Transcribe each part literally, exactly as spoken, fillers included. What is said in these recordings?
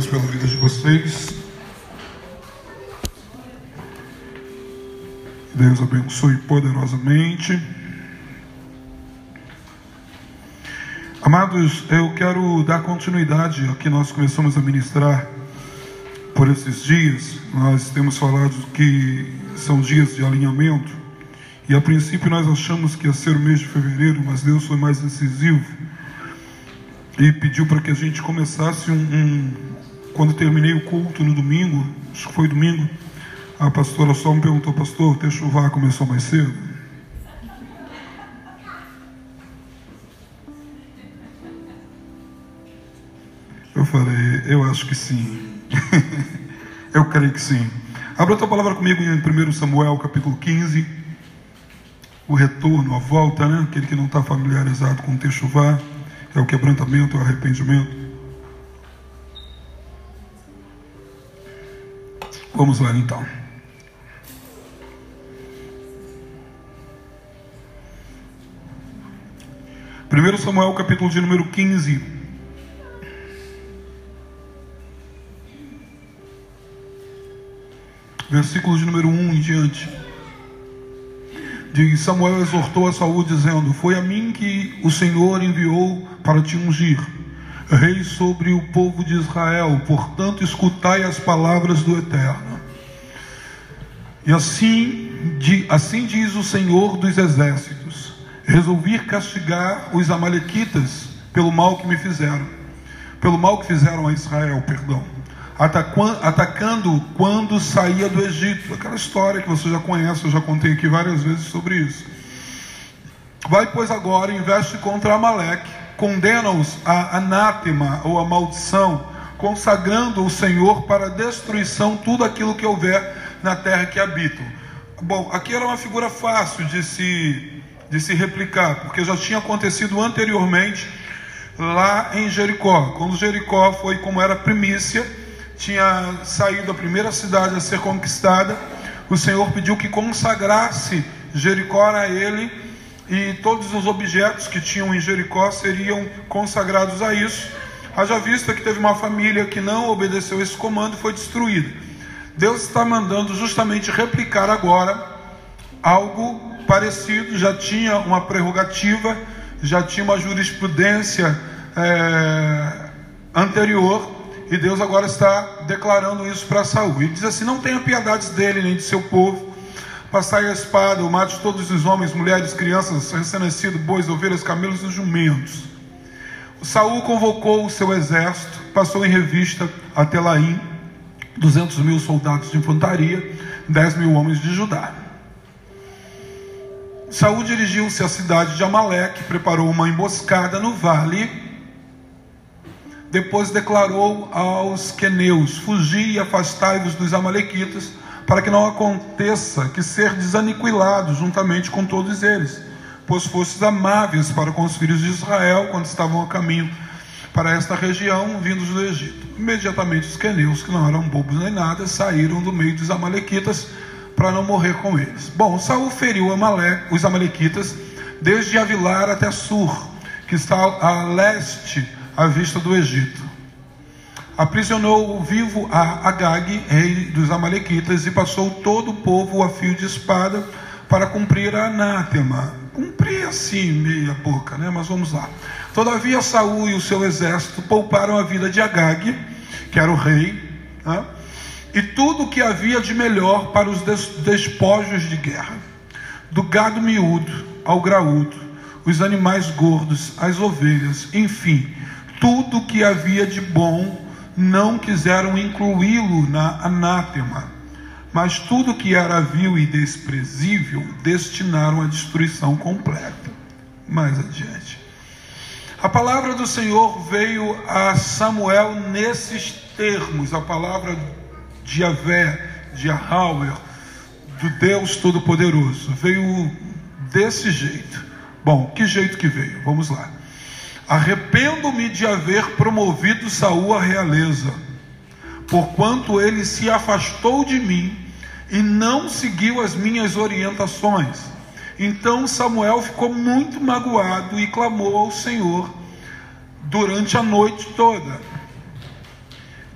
Deus pela vida de vocês. Deus abençoe poderosamente. Amados, eu quero dar continuidade ao que nós começamos a ministrar por esses dias. Nós temos falado que são dias de alinhamento, e a princípio nós achamos que ia ser o mês de fevereiro, mas Deus foi mais incisivo e pediu para que a gente começasse um, um... Quando terminei o culto no domingo, acho que foi domingo, a pastora só me perguntou: pastor, o Techuvá começou mais cedo? Eu falei, eu acho que sim. Eu creio que sim. Abra a tua palavra comigo em primeiro Samuel, capítulo quinze. O retorno, a volta, né? Aquele que não está familiarizado com o Techuvá, é o quebrantamento, é o arrependimento. Vamos lá então. primeiro Samuel, capítulo de número quinze. Versículo de número um em diante. Diz: Samuel exortou a Saul dizendo: foi a mim que o Senhor enviou para te ungir rei sobre o povo de Israel, portanto escutai as palavras do Eterno. E assim, de, assim diz o Senhor dos exércitos: resolvi castigar os amalequitas pelo mal que me fizeram, pelo mal que fizeram a Israel, perdão, atacando quando saía do Egito. Aquela história que você já conhece, eu já contei aqui várias vezes sobre isso. Vai, pois, agora, investe contra Amaleque, condena-os a anátema ou a maldição, consagrando o Senhor para destruição tudo aquilo que houver na terra que habitam. Bom, aqui era uma figura fácil de se, de se replicar, porque já tinha acontecido anteriormente lá em Jericó. Quando Jericó foi, como era primícia, tinha saído a primeira cidade a ser conquistada, o Senhor pediu que consagrasse Jericó a ele, e todos os objetos que tinham em Jericó seriam consagrados a isso. Haja vista que teve uma família que não obedeceu esse comando e foi destruída. Deus está mandando justamente replicar agora algo parecido. Já tinha uma prerrogativa, já tinha uma jurisprudência é, anterior, e Deus agora está declarando isso para Saul. E diz assim: não tenha piedades dele nem de seu povo, passai a espada, ou mate todos os homens, mulheres, crianças, recém-nascidos, bois, ovelhas, camelos e jumentos. Saul convocou o seu exército, passou em revista a Telaim, duzentos mil soldados de infantaria, dez mil homens de Judá. Saul dirigiu-se à cidade de Amaleque, preparou uma emboscada no vale. Depois declarou aos queneus: fugi e afastai-vos dos amalequitas, para que não aconteça que ser desaniquilados juntamente com todos eles, pois fostes amáveis para com os filhos de Israel quando estavam a caminho para esta região, vindos do Egito. Imediatamente os queneus, que não eram bobos nem nada, saíram do meio dos amalequitas para não morrer com eles. Bom, Saul feriu Amaleque, os amalequitas desde Avilar até Sur, que está a leste, à vista do Egito. Aprisionou vivo a Agag, rei dos amalequitas, e passou todo o povo a fio de espada para cumprir a anátema. Cumprir assim, meia boca, né? Mas vamos lá. Todavia Saul e o seu exército pouparam a vida de Agag, que era o rei, né? E tudo o que havia de melhor para os despojos de guerra, do gado miúdo ao graúdo, os animais gordos, as ovelhas, enfim, tudo o que havia de bom não quiseram incluí-lo na anátema, mas tudo que era vil e desprezível destinaram à destruição completa. Mais adiante, a palavra do Senhor veio a Samuel nesses termos, a palavra de Yahvé, de Yahweh, do Deus Todo-Poderoso, veio desse jeito. Bom, que jeito que veio? Vamos lá. Arrependo-me de haver promovido Saul à realeza, porquanto ele se afastou de mim e não seguiu as minhas orientações. Então Samuel ficou muito magoado e clamou ao Senhor durante a noite toda.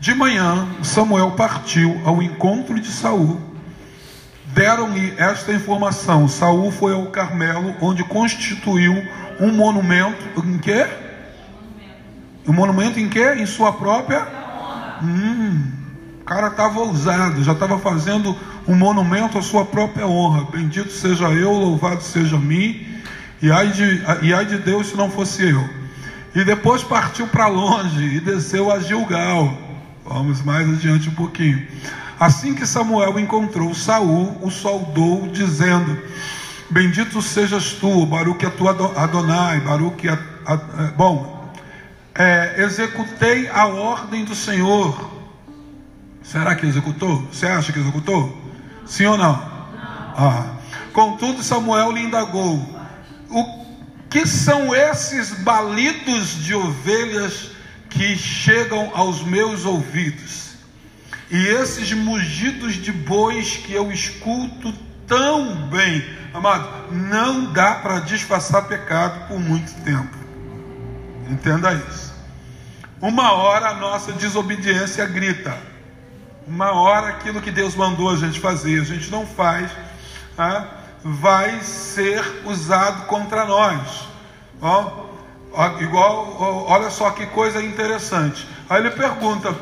De manhã, Samuel partiu ao encontro de Saul. Deram-lhe esta informação: Saul foi ao Carmelo, onde constituiu um monumento. Em quê? Um monumento em quê? Em sua própria? Hum, o cara estava ousado, já estava fazendo um monumento à sua própria honra. Bendito seja eu, louvado seja mim, e ai de, e ai de Deus se não fosse eu. E depois partiu para longe e desceu a Gilgal. Vamos mais adiante um pouquinho. Assim que Samuel encontrou Saul, o saudou, dizendo: bendito sejas tu, Baruque a tua Adonai, Baruque a, a, a, bom, é, executei a ordem do Senhor. Será que executou? Você acha que executou? Sim ou não? Ah. Contudo, Samuel lhe indagou: o que são esses balidos de ovelhas que chegam aos meus ouvidos, e esses mugidos de bois que eu escuto tão bem? Amado, não dá para disfarçar pecado por muito tempo. Entenda isso. Uma hora a nossa desobediência grita, uma hora aquilo que Deus mandou a gente fazer, a gente não faz, ah, vai ser usado contra nós. Ó, ó, igual, ó, olha só que coisa interessante. Aí ele pergunta: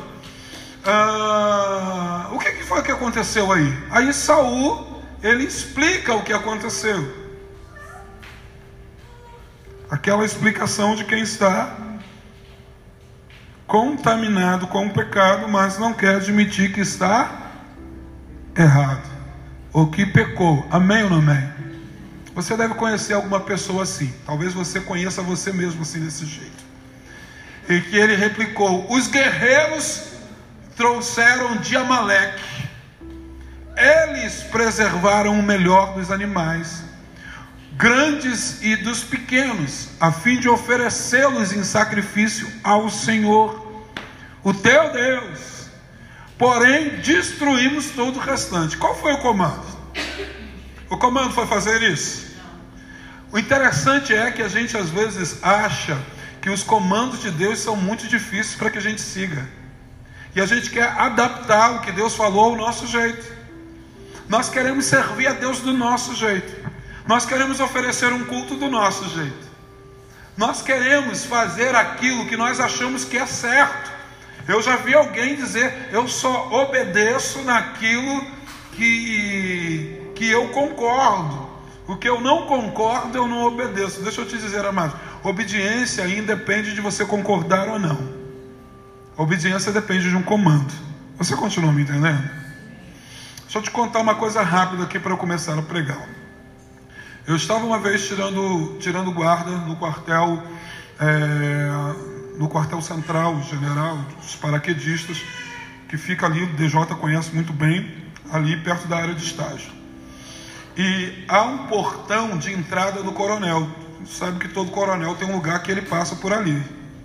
ah, o que, que foi que aconteceu aí? Aí Saul, ele explica o que aconteceu. Aquela explicação de quem está contaminado com o pecado, mas não quer admitir que está errado, ou que pecou. Amém ou não amém? Você deve conhecer alguma pessoa assim. Talvez você conheça você mesmo assim, desse jeito. E que ele replicou: os guerreiros trouxeram de Amaleque, eles preservaram o melhor dos animais, grandes e dos pequenos, a fim de oferecê-los em sacrifício ao Senhor, o teu Deus. Porém, destruímos todo o restante. Qual foi o comando? O comando foi fazer isso. O interessante é que a gente às vezes acha que os comandos de Deus são muito difíceis para que a gente siga, e a gente quer adaptar o que Deus falou ao nosso jeito. Nós queremos servir a Deus do nosso jeito. Nós queremos oferecer um culto do nosso jeito. Nós queremos fazer aquilo que nós achamos que é certo. Eu já vi alguém dizer: eu só obedeço naquilo que, que eu concordo. O que eu não concordo, eu não obedeço. Deixa eu te dizer, amado, obediência independe de você concordar ou não. Obediência depende de um comando. Você continua me entendendo? Deixa eu te contar uma coisa rápida aqui para eu começar a pregar. Eu estava uma vez tirando, tirando guarda no quartel, é, no quartel central general dos paraquedistas, que fica ali, o D J conhece muito bem, ali perto da área de estágio. E há um portão de entrada do coronel. Sabe que todo coronel tem um lugar que ele passa por ali.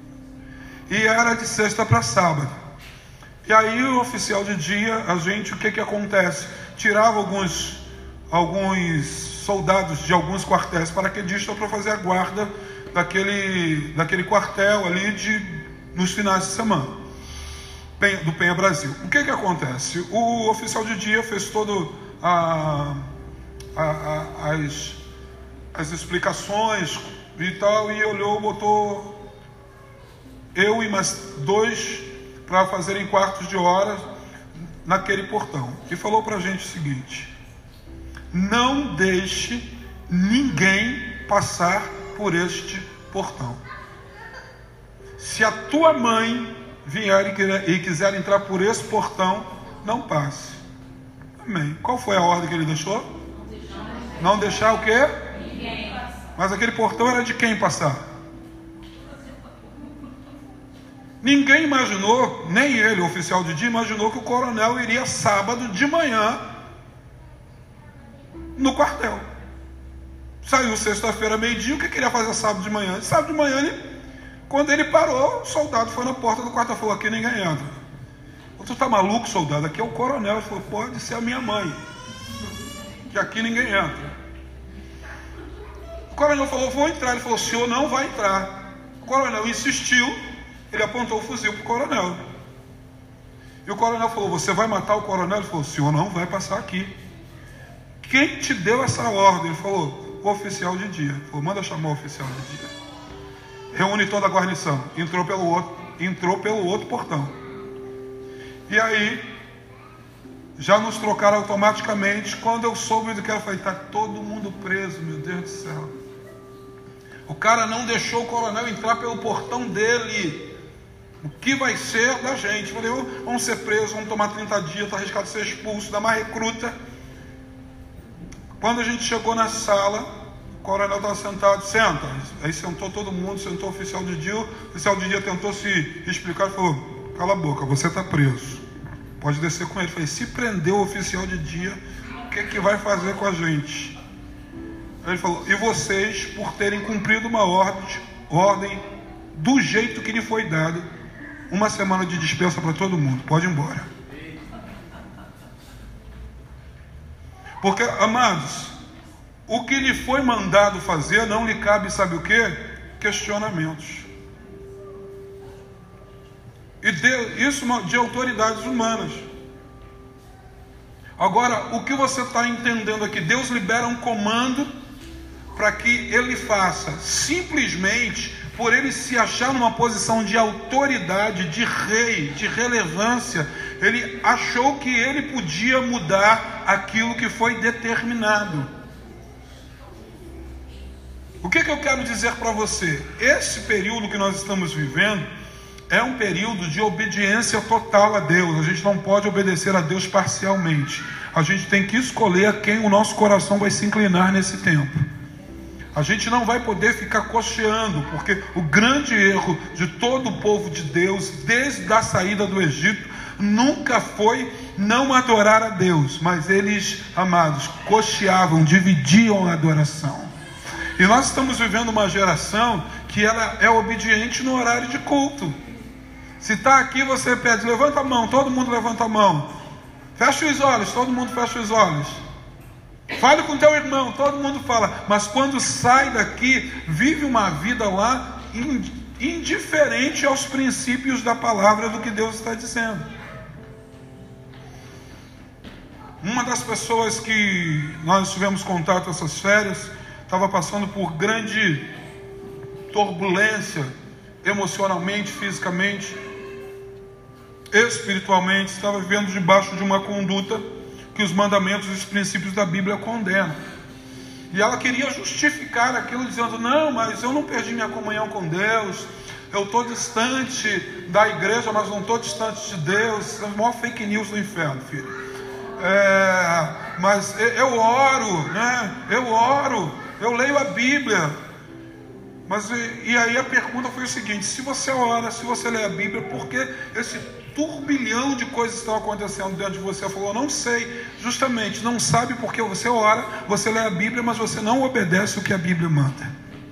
E era de sexta para sábado. E aí o oficial de dia, a gente, o que que acontece? Tirava alguns, alguns soldados de alguns quartéis paraquedistas para fazer a guarda daquele, daquele quartel ali de, nos finais de semana, do Penha Brasil. O que que acontece? O oficial de dia fez todo a, a, a, as, as explicações e tal, e olhou, botou eu e mais dois para fazerem quartos de hora naquele portão, e falou para a gente o seguinte: não deixe ninguém passar por este portão. Se a tua mãe vier e quiser entrar por esse portão, não passe. Amém. Qual foi a ordem que ele deixou? Não deixar o quê? Ninguém passar. Mas aquele portão era de quem passar? Ninguém imaginou, nem ele, o oficial de dia, imaginou que o coronel iria sábado de manhã no quartel. Saiu sexta-feira, meio-dia. O que queria fazer sábado de manhã? Sábado de manhã, ele, quando ele parou, o soldado foi na porta do quartel e falou: aqui ninguém entra. Tu está maluco, soldado? Aqui é o coronel. Ele falou: pode ser a minha mãe, que aqui ninguém entra. O coronel falou: vou entrar. Ele falou: o senhor não vai entrar. O coronel insistiu. Ele apontou o fuzil para o coronel. E o coronel falou: você vai matar o coronel? Ele falou: o senhor não vai passar aqui. Quem te deu essa ordem? Ele falou: o oficial de dia. Ele falou: manda chamar o oficial de dia. Reúne toda a guarnição. Entrou pelo outro, entrou pelo outro portão. E aí, já nos trocaram automaticamente. Quando eu soube do que era, eu falei: está todo mundo preso, meu Deus do céu. O cara não deixou o coronel entrar pelo portão dele. O que vai ser da gente? Eu falei: vamos ser presos, vamos tomar trinta dias, está arriscado ser expulso, dá mais recruta. Quando a gente chegou na sala, o coronel estava sentado: senta. Aí sentou todo mundo, sentou o oficial de dia. O oficial de dia tentou se explicar e falou: cala a boca, você está preso, pode descer com ele. Eu falei: se prender o oficial de dia, o que, que vai fazer com a gente? Aí ele falou: e vocês, por terem cumprido uma ordem, ordem do jeito que lhe foi dado, uma semana de dispensa para todo mundo, pode ir embora. Porque, amados, o que lhe foi mandado fazer não lhe cabe, sabe o que? Questionamentos. E de, isso de autoridades humanas. Agora, o que você está entendendo aqui? Deus libera um comando para que ele faça, simplesmente por ele se achar numa posição de autoridade, de rei, de relevância. Ele achou que ele podia mudar aquilo que foi determinado. O que, que eu quero dizer para você? Esse período que nós estamos vivendo é um período de obediência total a Deus. A gente não pode obedecer a Deus parcialmente. A gente tem que escolher a quem o nosso coração vai se inclinar nesse tempo. A gente não vai poder ficar cocheando, porque o grande erro de todo o povo de Deus, desde a saída do Egito, nunca foi não adorar a Deus, mas eles, amados, cocheavam, dividiam a adoração. E nós estamos vivendo uma geração que ela é obediente no horário de culto. Se está aqui, você pede: levanta a mão, todo mundo levanta a mão. Fecha os olhos, todo mundo fecha os olhos. Fale com teu irmão, todo mundo fala. Mas quando sai daqui, vive uma vida lá indiferente aos princípios da palavra, do que Deus está dizendo. Uma das pessoas que nós tivemos contato essas férias estava passando por grande turbulência, emocionalmente, fisicamente, espiritualmente. Estava vivendo debaixo de uma conduta que os mandamentos e os princípios da Bíblia condenam. E ela queria justificar aquilo dizendo: não, mas eu não perdi minha comunhão com Deus, eu estou distante da igreja, mas não estou distante de Deus. Isso é a maior fake news do inferno, filho. É, mas eu oro, né? Eu oro, eu leio a Bíblia. Mas e, e aí a pergunta foi o seguinte: se você ora, se você lê a Bíblia, por que esse turbilhão de coisas estão acontecendo dentro de você? Ela falou: não sei. Justamente, não sabe porque você ora, você lê a Bíblia, mas você não obedece o que a Bíblia manda.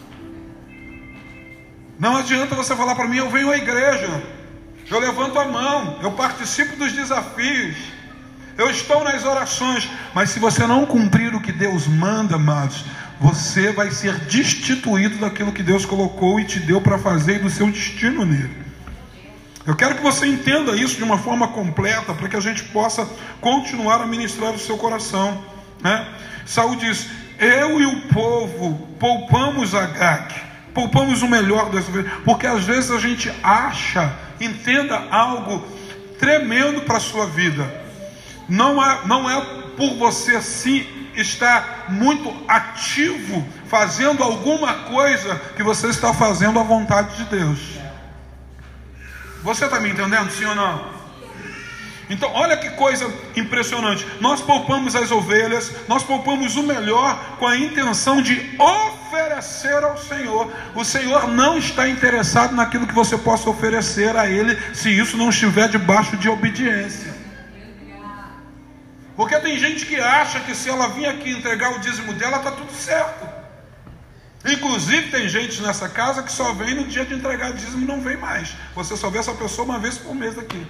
Não adianta você falar para mim: eu venho à igreja, eu levanto a mão, eu participo dos desafios, eu estou nas orações, mas se você não cumprir o que Deus manda, amados, você vai ser destituído daquilo que Deus colocou e te deu para fazer, e do seu destino nele. Eu quero que você entenda isso de uma forma completa, para que a gente possa continuar a ministrar o seu coração, né? Saúl diz: eu e o povo poupamos Agag, poupamos o melhor dessa vez, porque às vezes a gente acha, entenda algo tremendo para a sua vida. Não é, não é por você sim estar muito ativo, fazendo alguma coisa, que você está fazendo a vontade de Deus. Você está me entendendo, sim ou não? Então, olha que coisa impressionante. Nós poupamos as ovelhas, nós poupamos o melhor com a intenção de oferecer ao Senhor. O Senhor não está interessado naquilo que você possa oferecer a Ele, se isso não estiver debaixo de obediência. Porque tem gente que acha que se ela vir aqui entregar o dízimo dela, está tudo certo. Inclusive tem gente nessa casa que só vem no dia de entregar o dízimo e não vem mais. Você só vê essa pessoa uma vez por mês aqui.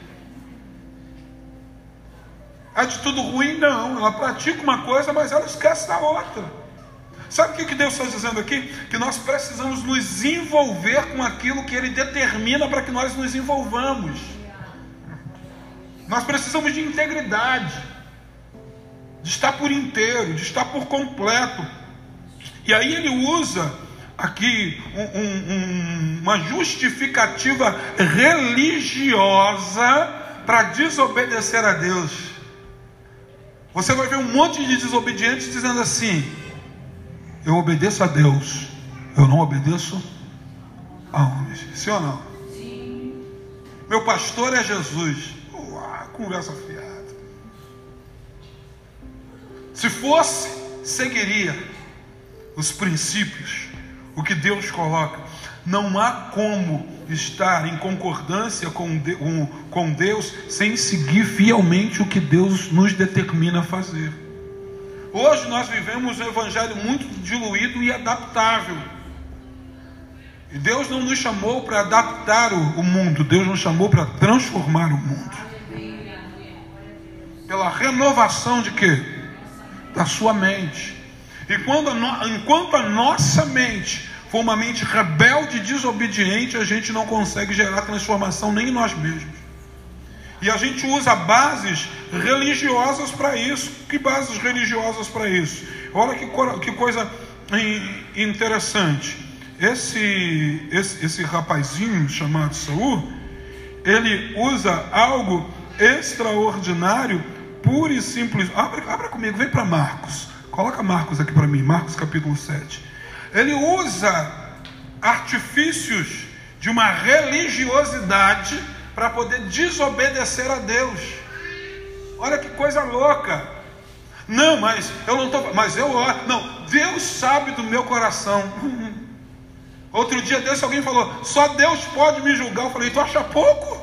Atitude ruim? Não. Ela pratica uma coisa, mas ela esquece da outra. Sabe o que Deus está dizendo aqui? Que nós precisamos nos envolver com aquilo que Ele determina para que nós nos envolvamos. Nós precisamos de integridade, de estar por inteiro, de estar por completo. E aí ele usa aqui um, um, uma justificativa religiosa para desobedecer a Deus. Você vai ver um monte de desobedientes dizendo assim: eu obedeço a Deus, eu não obedeço a homens. Sim ou não? Sim. Meu pastor é Jesus. Uau, conversa fiada. Se fosse, seguiria os princípios, o que Deus coloca. Não há como estar em concordância com Deus sem seguir fielmente o que Deus nos determina a fazer. Hoje nós vivemos um evangelho muito diluído e adaptável. E Deus não nos chamou para adaptar o mundo, Deus nos chamou para transformar o mundo. Pela renovação de quê? Da sua mente. E quando a no... enquanto a nossa mente for uma mente rebelde e desobediente, a gente não consegue gerar transformação nem em nós mesmos. E a gente usa bases religiosas para isso. Que bases religiosas para isso? Olha que, co... que coisa interessante. Esse, esse, esse rapazinho chamado Saul, ele usa algo extraordinário, puro e simples. Abra, abra comigo, vem para Marcos. Coloca Marcos aqui para mim, Marcos capítulo sete. Ele usa artifícios de uma religiosidade para poder desobedecer a Deus. Olha que coisa louca. Não, mas eu não estou. Mas eu não. Deus sabe do meu coração. Outro dia desse alguém falou: só Deus pode me julgar. Eu falei: tu acha pouco?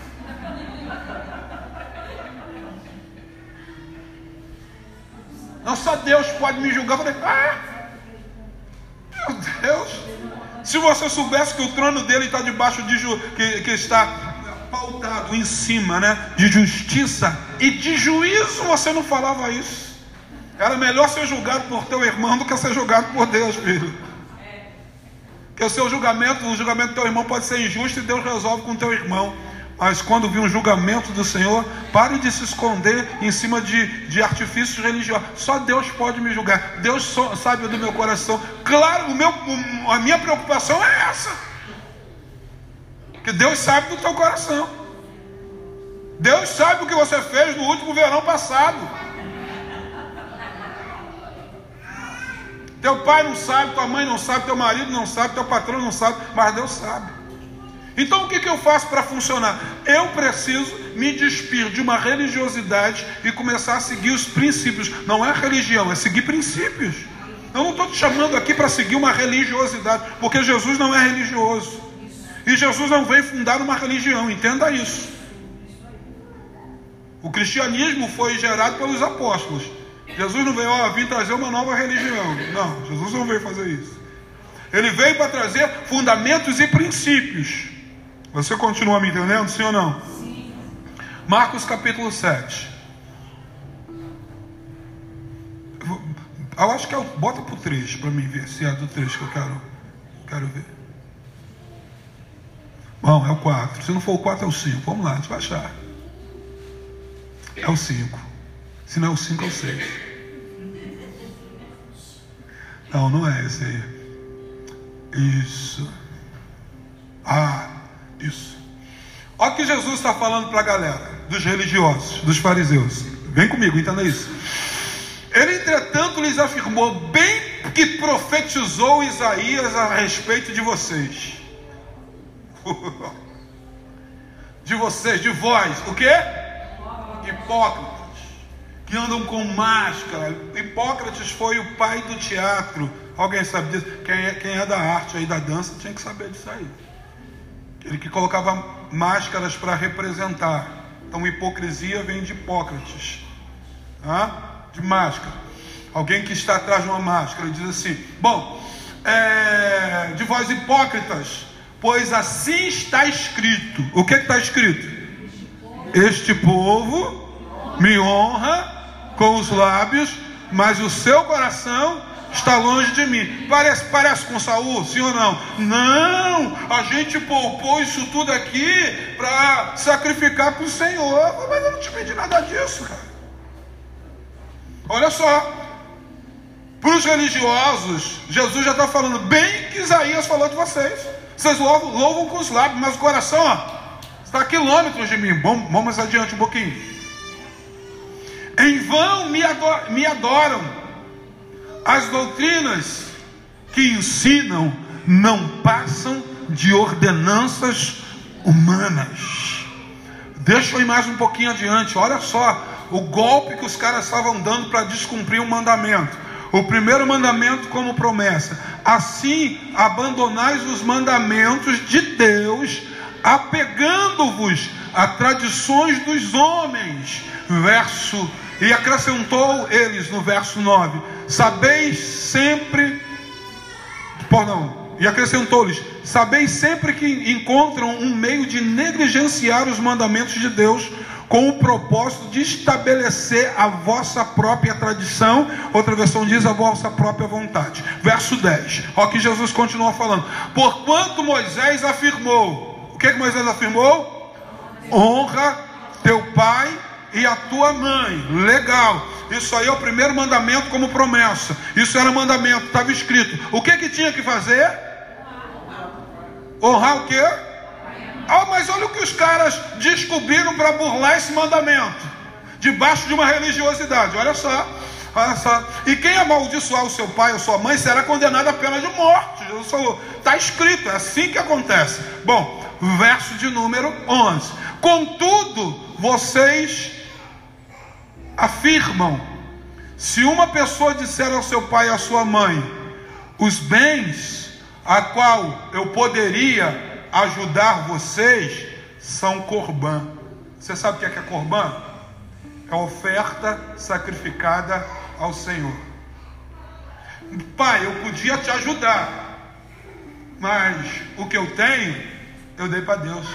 Não, só Deus pode me julgar. Eu falei: ah, meu Deus. Se você soubesse que o trono dele está debaixo de ju... que, que está pautado em cima, né, de justiça e de juízo, você não falava isso. Era melhor ser julgado por teu irmão do que ser julgado por Deus, filho. Porque o seu julgamento, o julgamento do teu irmão pode ser injusto e Deus resolve com o teu irmão. Mas quando vir um julgamento do Senhor, pare de se esconder em cima de, de artifícios religiosos. Só Deus pode me julgar. Deus só sabe do meu coração. Claro, o meu, a minha preocupação é essa. Que Deus sabe do teu coração. Deus sabe o que você fez no último verão passado. Teu pai não sabe, tua mãe não sabe, teu marido não sabe, teu patrão não sabe, mas Deus sabe. Então o que, que eu faço para funcionar? Eu preciso me despir de uma religiosidade e começar a seguir os princípios. Não é religião, é seguir princípios. Eu não estou te chamando aqui para seguir uma religiosidade, porque Jesus não é religioso. E Jesus não veio fundar uma religião, entenda isso. O cristianismo foi gerado pelos apóstolos. Jesus não veio, ó, vim trazer uma nova religião. Não, Jesus não veio fazer isso. Ele veio para trazer fundamentos e princípios. Você continua me entendendo, sim ou não? Sim. Marcos capítulo sete. Eu acho que é o... Bota para o três para mim ver se é do três que eu quero, quero ver. Bom, é o quatro. Se não for o quatro, é o cinco. Vamos lá, a gente vai achar. É o cinco. Se não é o cinco, é o seis. Não, não é esse aí. Isso. Ah, isso. Olha o que Jesus está falando para a galera, dos religiosos, dos fariseus. Vem comigo, entenda isso. Ele, entretanto, lhes afirmou: bem que profetizou Isaías a respeito de vocês. De vocês, de vós. O quê? Hipócritas. Que andam com máscara. Hipócrates foi o pai do teatro. Alguém sabe disso? Quem é, quem é da arte aí, da dança, tinha que saber disso aí. Ele que colocava máscaras para representar. Então hipocrisia vem de Hipócrates, ah? De máscara. Alguém que está atrás de uma máscara diz assim: bom, é, de vós hipócritas, pois assim está escrito. O que está escrito? Este povo me honra com os lábios, mas o seu coração está longe de mim. Parece, parece com Saul, sim ou não? Não, a gente poupou isso tudo aqui para sacrificar para o Senhor. Mas eu não te pedi nada disso, cara. Olha só, para os religiosos, Jesus já está falando bem que Isaías falou de vocês. Vocês louvam, louvam com os lábios, mas o coração, ó, está a quilômetros de mim. Vamos, vamos adiante um pouquinho. Em vão me adoram, me adoram. As doutrinas que ensinam não passam de ordenanças humanas. Deixa eu ir mais um pouquinho adiante. Olha só o golpe que os caras estavam dando para descumprir o mandamento. O primeiro mandamento como promessa: assim abandonais os mandamentos de Deus, apegando-vos a tradições dos homens. Verso, e acrescentou eles no verso nove: sabeis sempre, perdão, e acrescentou-lhes: sabeis sempre que encontram um meio de negligenciar os mandamentos de Deus, com o propósito de estabelecer a vossa própria tradição. Outra versão diz a vossa própria vontade. Verso dez, olha que Jesus continua falando: porquanto Moisés afirmou, o que que Moisés afirmou? Honra teu pai e a tua mãe. Legal, isso aí é o primeiro mandamento como promessa. Isso era mandamento, estava escrito. O que que tinha que fazer? Honrar o quê? Ah, mas olha o que os caras descobriram para burlar esse mandamento, debaixo de uma religiosidade. Olha só, olha só. E quem amaldiçoar o seu pai ou sua mãe será condenado à pena de morte. Jesus falou, está escrito, é assim que acontece. Bom, verso de número onze: contudo, vocês afirmam, se uma pessoa disser ao seu pai e à sua mãe, os bens a qual eu poderia ajudar vocês são corbã. Você sabe o que é, que é corbã? É oferta sacrificada ao Senhor. Pai, eu podia te ajudar, mas o que eu tenho, eu dei para Deus.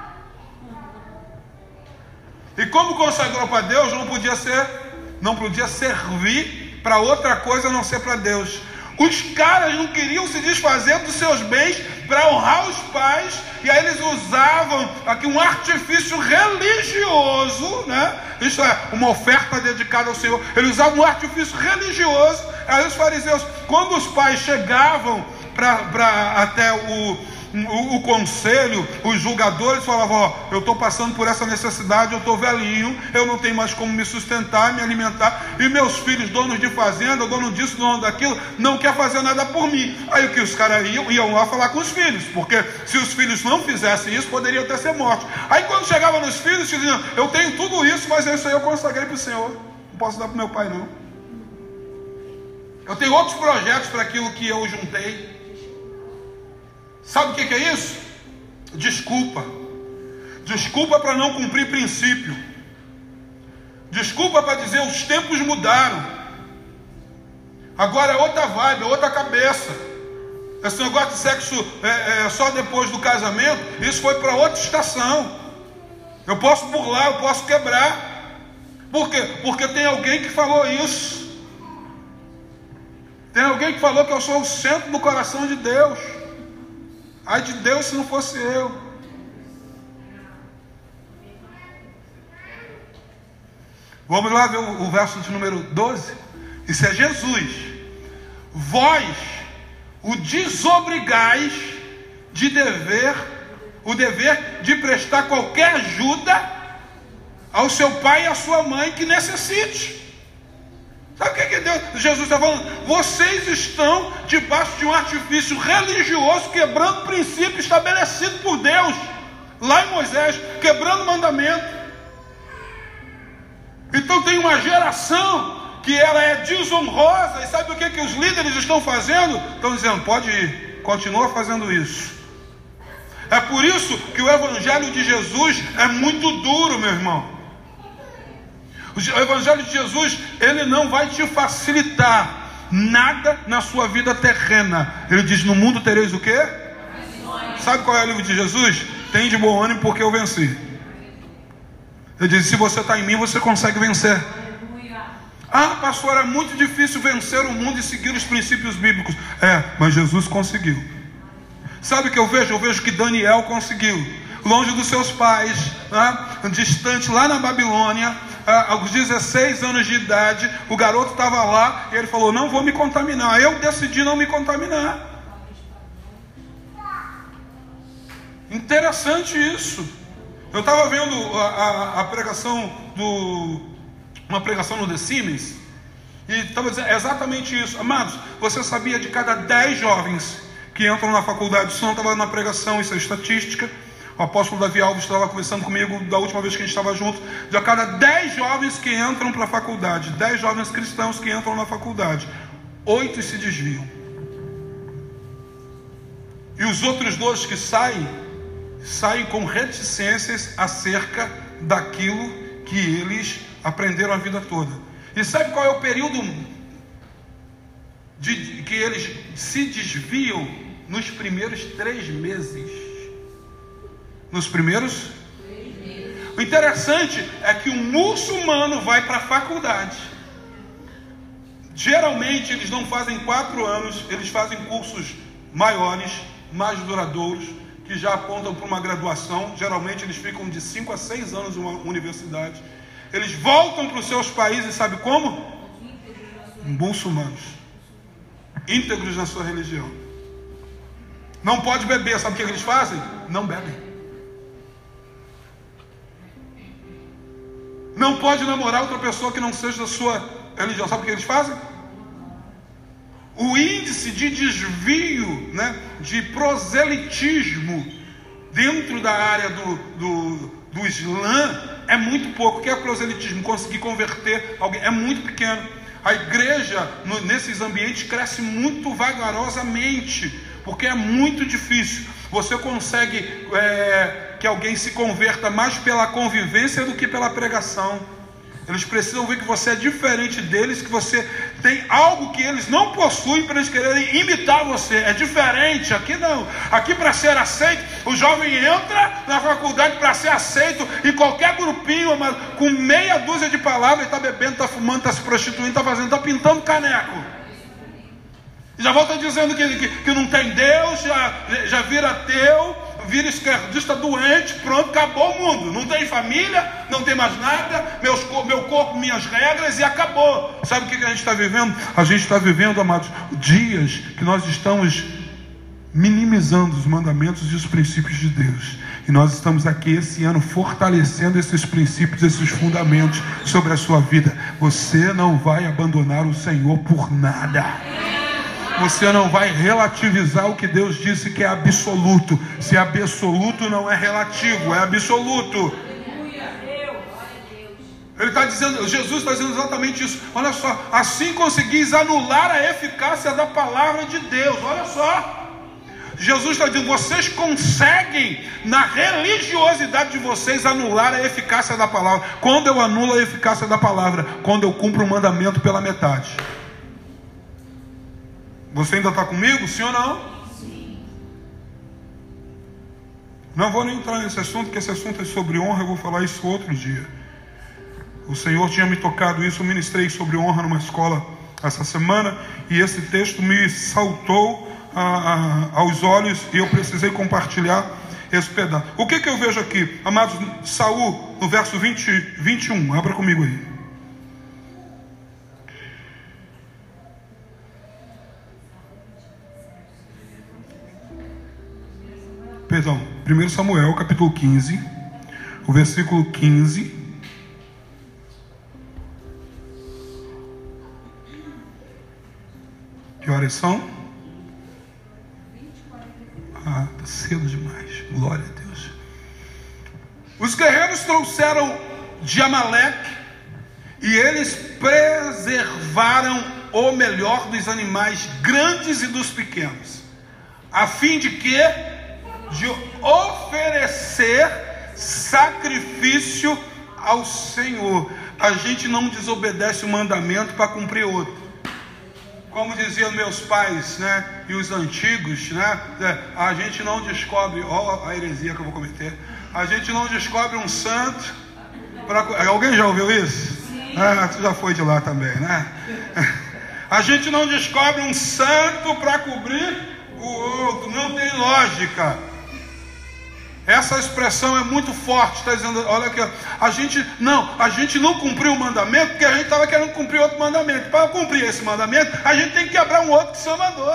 E como consagrou para Deus, não podia ser, não podia servir para outra coisa a não ser para Deus. Os caras não queriam se desfazer dos seus bens para honrar os pais, e aí eles usavam aqui um artifício religioso, né? Isso é uma oferta dedicada ao Senhor. Eles usavam um artifício religioso. Aí os fariseus, quando os pais chegavam para até o O, o conselho, os julgadores falavam: ó, eu estou passando por essa necessidade, eu estou velhinho, eu não tenho mais como me sustentar, me alimentar, e meus filhos, donos de fazenda, dono disso, dono daquilo, não quer fazer nada por mim. Aí o que os caras iam, iam lá falar com os filhos, porque se os filhos não fizessem isso, poderiam até ser mortos. Aí quando chegava nos filhos, diziam: eu tenho tudo isso, mas isso aí eu consagrei para o Senhor, não posso dar para o meu pai não. Eu tenho outros projetos para aquilo que eu juntei. Sabe o que é isso? Desculpa. Desculpa para não cumprir princípio. Desculpa para dizer: os tempos mudaram. Agora é outra vibe, é outra cabeça. Esse negócio de sexo é, é, só depois do casamento, isso foi para outra estação. Eu posso burlar, eu posso quebrar. Por quê? Porque tem alguém que falou isso. Tem alguém que falou que eu sou o centro do coração de Deus. Ai de Deus se não fosse eu. Vamos lá ver o, o verso de número doze. Isso é Jesus. Vós o desobrigais de dever, o dever de prestar qualquer ajuda ao seu pai e à sua mãe que necessite. Sabe o que, que Deus, Jesus está falando? Vocês estão debaixo de um artifício religioso, quebrando o princípio estabelecido por Deus lá em Moisés, quebrando o mandamento. Então tem uma geração que ela é desonrosa. E sabe o que, que os líderes estão fazendo? Estão dizendo: pode ir, continua fazendo isso. É por isso que o evangelho de Jesus é muito duro, meu irmão. O evangelho de Jesus, ele não vai te facilitar nada na sua vida terrena. Ele diz: no mundo tereis o quê? Sabe qual é o livro de Jesus? Tem de bom ânimo porque eu venci. Ele diz: se você está em mim, você consegue vencer. Ah, pastor, é muito difícil vencer o mundo e seguir os princípios bíblicos. É, mas Jesus conseguiu. Sabe o que eu vejo? Eu vejo que Daniel conseguiu. Longe dos seus pais, né? Distante lá na Babilônia, aos dezesseis anos de idade, o garoto estava lá e ele falou: não vou me contaminar. Eu decidi não me contaminar. Interessante isso. Eu estava vendo a, a, a pregação do... uma pregação no The Siemens, e estava dizendo exatamente isso. Amados, você sabia de cada dez jovens que entram na faculdade, isso não estava na pregação, isso é estatística. O apóstolo Davi Alves estava conversando comigo da última vez que a gente estava junto. De a cada dez jovens que entram para a faculdade, dez jovens cristãos que entram na faculdade, oito se desviam. E os outros dois que saem, saem com reticências acerca daquilo que eles aprenderam a vida toda. E sabe qual é o período de, de que eles se desviam? Nos primeiros três meses. Nos primeiros? O interessante é que um muçulmano vai para a faculdade. Geralmente eles não fazem quatro anos, eles fazem cursos maiores, mais duradouros, que já apontam para uma graduação. Geralmente eles ficam de cinco a seis anos em uma universidade. Eles voltam para os seus países, sabe como? Muçulmanos, íntegros na sua religião. Não pode beber, sabe o que eles fazem? Não bebem. Não pode namorar outra pessoa que não seja da sua religião. Sabe o que eles fazem? O índice de desvio, né, de proselitismo dentro da área do, do, do Islã é muito pouco. O que é proselitismo? Conseguir converter alguém é muito pequeno. A igreja no, nesses ambientes cresce muito vagarosamente, porque é muito difícil. Você consegue é, que alguém se converta mais pela convivência do que pela pregação. Eles precisam ver que você é diferente deles, que você tem algo que eles não possuem para eles quererem imitar você. É diferente, aqui não. Aqui, para ser aceito, o jovem entra na faculdade para ser aceito em qualquer grupinho, mas com meia dúzia de palavras, ele está bebendo, está fumando, está se prostituindo, está fazendo, está pintando caneco. Já volta dizendo que, que, que não tem Deus, já, já vira ateu, vira esquerdista doente, pronto, acabou o mundo. Não tem família, não tem mais nada, meus, meu corpo, minhas regras, e acabou. Sabe o que a gente está vivendo? A gente está vivendo, amados, dias que nós estamos minimizando os mandamentos e os princípios de Deus. E nós estamos aqui esse ano fortalecendo esses princípios, esses fundamentos sobre a sua vida. Você não vai abandonar o Senhor por nada. Você não vai relativizar o que Deus disse que é absoluto. Se é absoluto, não é relativo, é absoluto. Ele está dizendo, Jesus está dizendo exatamente isso. Olha só, assim conseguis anular a eficácia da palavra de Deus. Olha só, Jesus está dizendo, vocês conseguem na religiosidade de vocês anular a eficácia da palavra. Quando eu anulo a eficácia da palavra? Quando eu cumpro o mandamento pela metade. Você ainda está comigo? Sim ou não? Sim. Não vou nem entrar nesse assunto, porque esse assunto é sobre honra. Eu vou falar isso outro dia. O Senhor tinha me tocado isso. Eu ministrei sobre honra numa escola essa semana, e esse texto me saltou ah, ah, aos olhos, e eu precisei compartilhar esse pedaço. O que que eu vejo aqui? Amados, Saul, no verso vinte, vinte e um, abra comigo aí. Perdão, primeiro Samuel, capítulo quinze, o versículo quinze. Que horas são? Ah, está cedo demais. Glória a Deus. Os guerreiros trouxeram de Amaleque, e eles preservaram o melhor dos animais grandes e dos pequenos, a fim de que de oferecer sacrifício ao Senhor. A gente não desobedece o mandamento para cumprir outro. Como diziam meus pais, né, e os antigos, né, a gente não descobre, ó a heresia que eu vou cometer, a gente não descobre um santo pra, alguém já ouviu isso? Sim. Ah, tu já foi de lá também, né? A gente não descobre um santo para cobrir o outro. Não tem lógica. Essa expressão é muito forte. Está dizendo, olha aqui, a gente não, a gente não cumpriu o mandamento porque a gente estava querendo cumprir outro mandamento. Para cumprir esse mandamento, a gente tem que quebrar um outro que o Senhor mandou.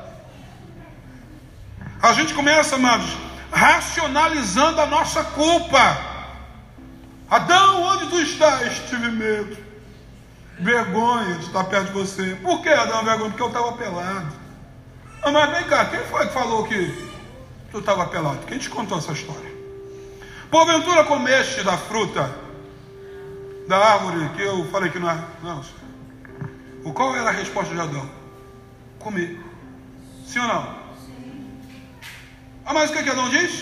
A gente começa, amados, racionalizando a nossa culpa. Adão, onde tu estás? Tive medo, vergonha de estar perto de você. Por que, Adão, vergonha? Porque eu estava pelado. Ah, mas vem cá, quem foi que falou que tu estava pelado? Quem te contou essa história? Porventura comeste da fruta da árvore que eu falei que não é? Não, senhor. Qual era a resposta de Adão? Comi. Sim ou não? Ah, mas o que que Adão diz?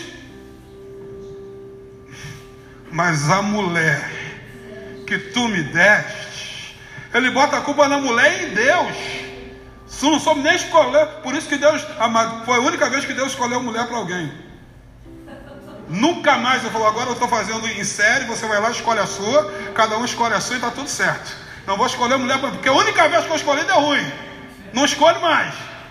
Mas a mulher que tu me deste, ele bota a culpa na mulher e em Deus. Tu não soube nem escolher. Por isso que Deus, amado, foi a única vez que Deus escolheu mulher para alguém. Nunca mais ele falou, agora eu estou fazendo em série, você vai lá, escolhe a sua, cada um escolhe a sua e está tudo certo. Não vou escolher mulher, porque a única vez que eu escolhi deu ruim. Não escolhe mais.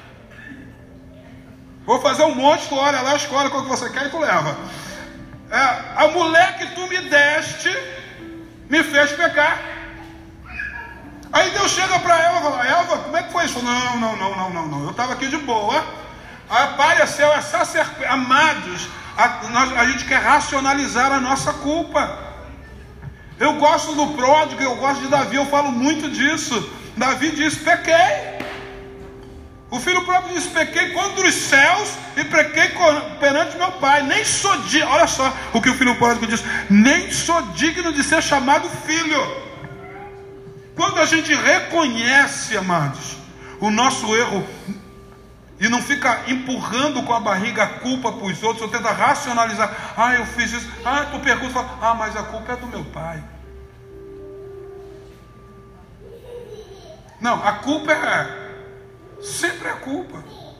Vou fazer um monte, tu olha lá, escolhe qual que você quer e tu leva. É, a mulher que tu me deste me fez pecar. Aí Deus chega para Eva e fala, Eva, como é que foi isso? Não, não, não, não, não, não. Eu estava aqui de boa. Aí apareceu essa serpente. Amados, a, nós, a gente quer racionalizar a nossa culpa. Eu gosto do pródigo, eu gosto de Davi, eu falo muito disso. Davi disse, pequei. O filho próprio disse, pequei contra os céus e pequei perante meu pai. Nem sou digno, olha só o que o filho pródigo disse, nem sou digno de ser chamado filho. Quando a gente reconhece, amados, o nosso erro e não fica empurrando com a barriga a culpa para os outros, ou tenta racionalizar, ah, eu fiz isso, ah, tu pergunta, fala, ah, mas a culpa é do meu pai. Não, a culpa é sempre a culpa.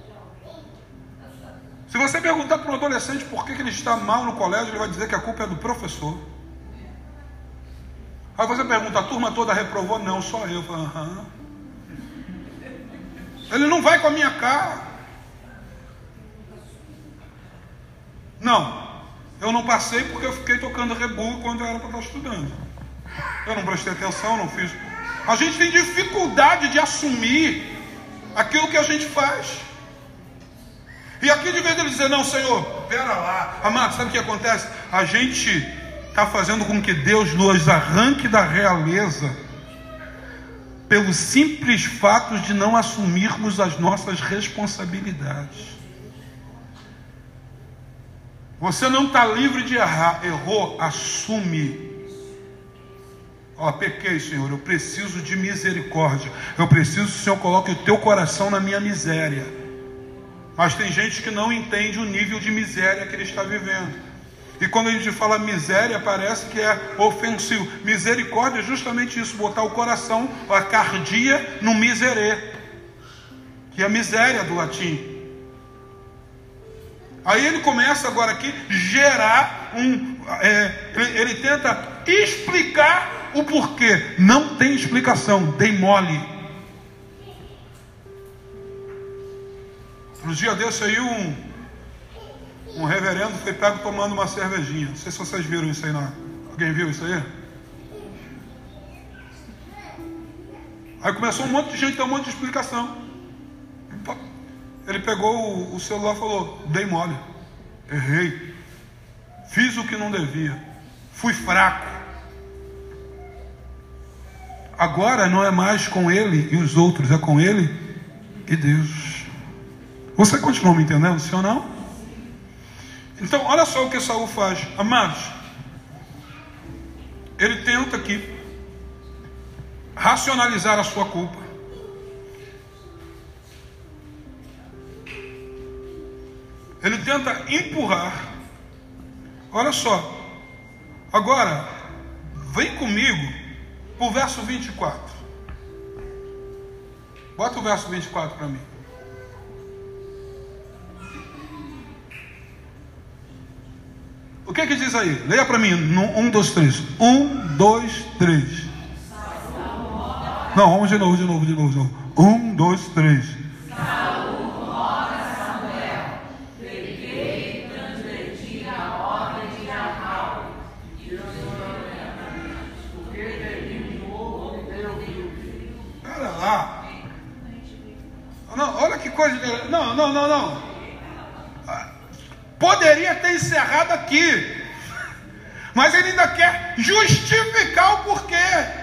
Se você perguntar para um adolescente por que, que ele está mal no colégio, ele vai dizer que a culpa é do professor. Aí você pergunta, a turma toda reprovou? Não, só eu. Falo, aham. Ele não vai com a minha cara. Não, eu não passei porque eu fiquei tocando rebu quando eu era para estar estudando. Eu não prestei atenção, não fiz. A gente tem dificuldade de assumir aquilo que a gente faz. E aqui, de vez ele dizer, não, Senhor, pera lá. Amado, sabe o que acontece? A gente está fazendo com que Deus nos arranque da realeza pelo simples fato de não assumirmos as nossas responsabilidades. Você não está livre de errar. Errou, assume. Ó, pequei, Senhor, eu preciso de misericórdia. Eu preciso que o Senhor coloque o teu coração na minha miséria. Mas tem gente que não entende o nível de miséria que ele está vivendo. E quando a gente fala miséria, parece que é ofensivo. Misericórdia é justamente isso, botar o coração, a cardia no miserê, que é a miséria do latim. Aí ele começa agora aqui gerar um... É, ele, ele tenta explicar o porquê. Não tem explicação, dei mole. No dia desse aí, um, um reverendo foi pego tomando uma cervejinha. Não sei se vocês viram isso aí. Não. Alguém viu isso aí? Aí começou um monte de gente, deu um monte de explicação. Ele pegou o, o celular e falou, dei mole, errei, fiz o que não devia, fui fraco. Agora não é mais com ele e os outros, é com ele e Deus. Você continua me entendendo, sim ou não? Então, olha só o que Saul faz. Amados, ele tenta aqui racionalizar a sua culpa. Ele tenta empurrar. Olha só. Agora, vem comigo para o verso vinte e quatro. Bota o verso vinte e quatro para mim. O que que diz aí? Leia para mim. Um, dois, três. Um, dois, três. Não, vamos de novo, de novo, de novo, de novo. Um, dois, três. Saul roga a Samuel, pequei e transgredi a ordem de Jabal. Pera lá. Não, olha que coisa. Não, não, não, não. Poderia ter encerrado aqui, mas ele ainda quer justificar o porquê.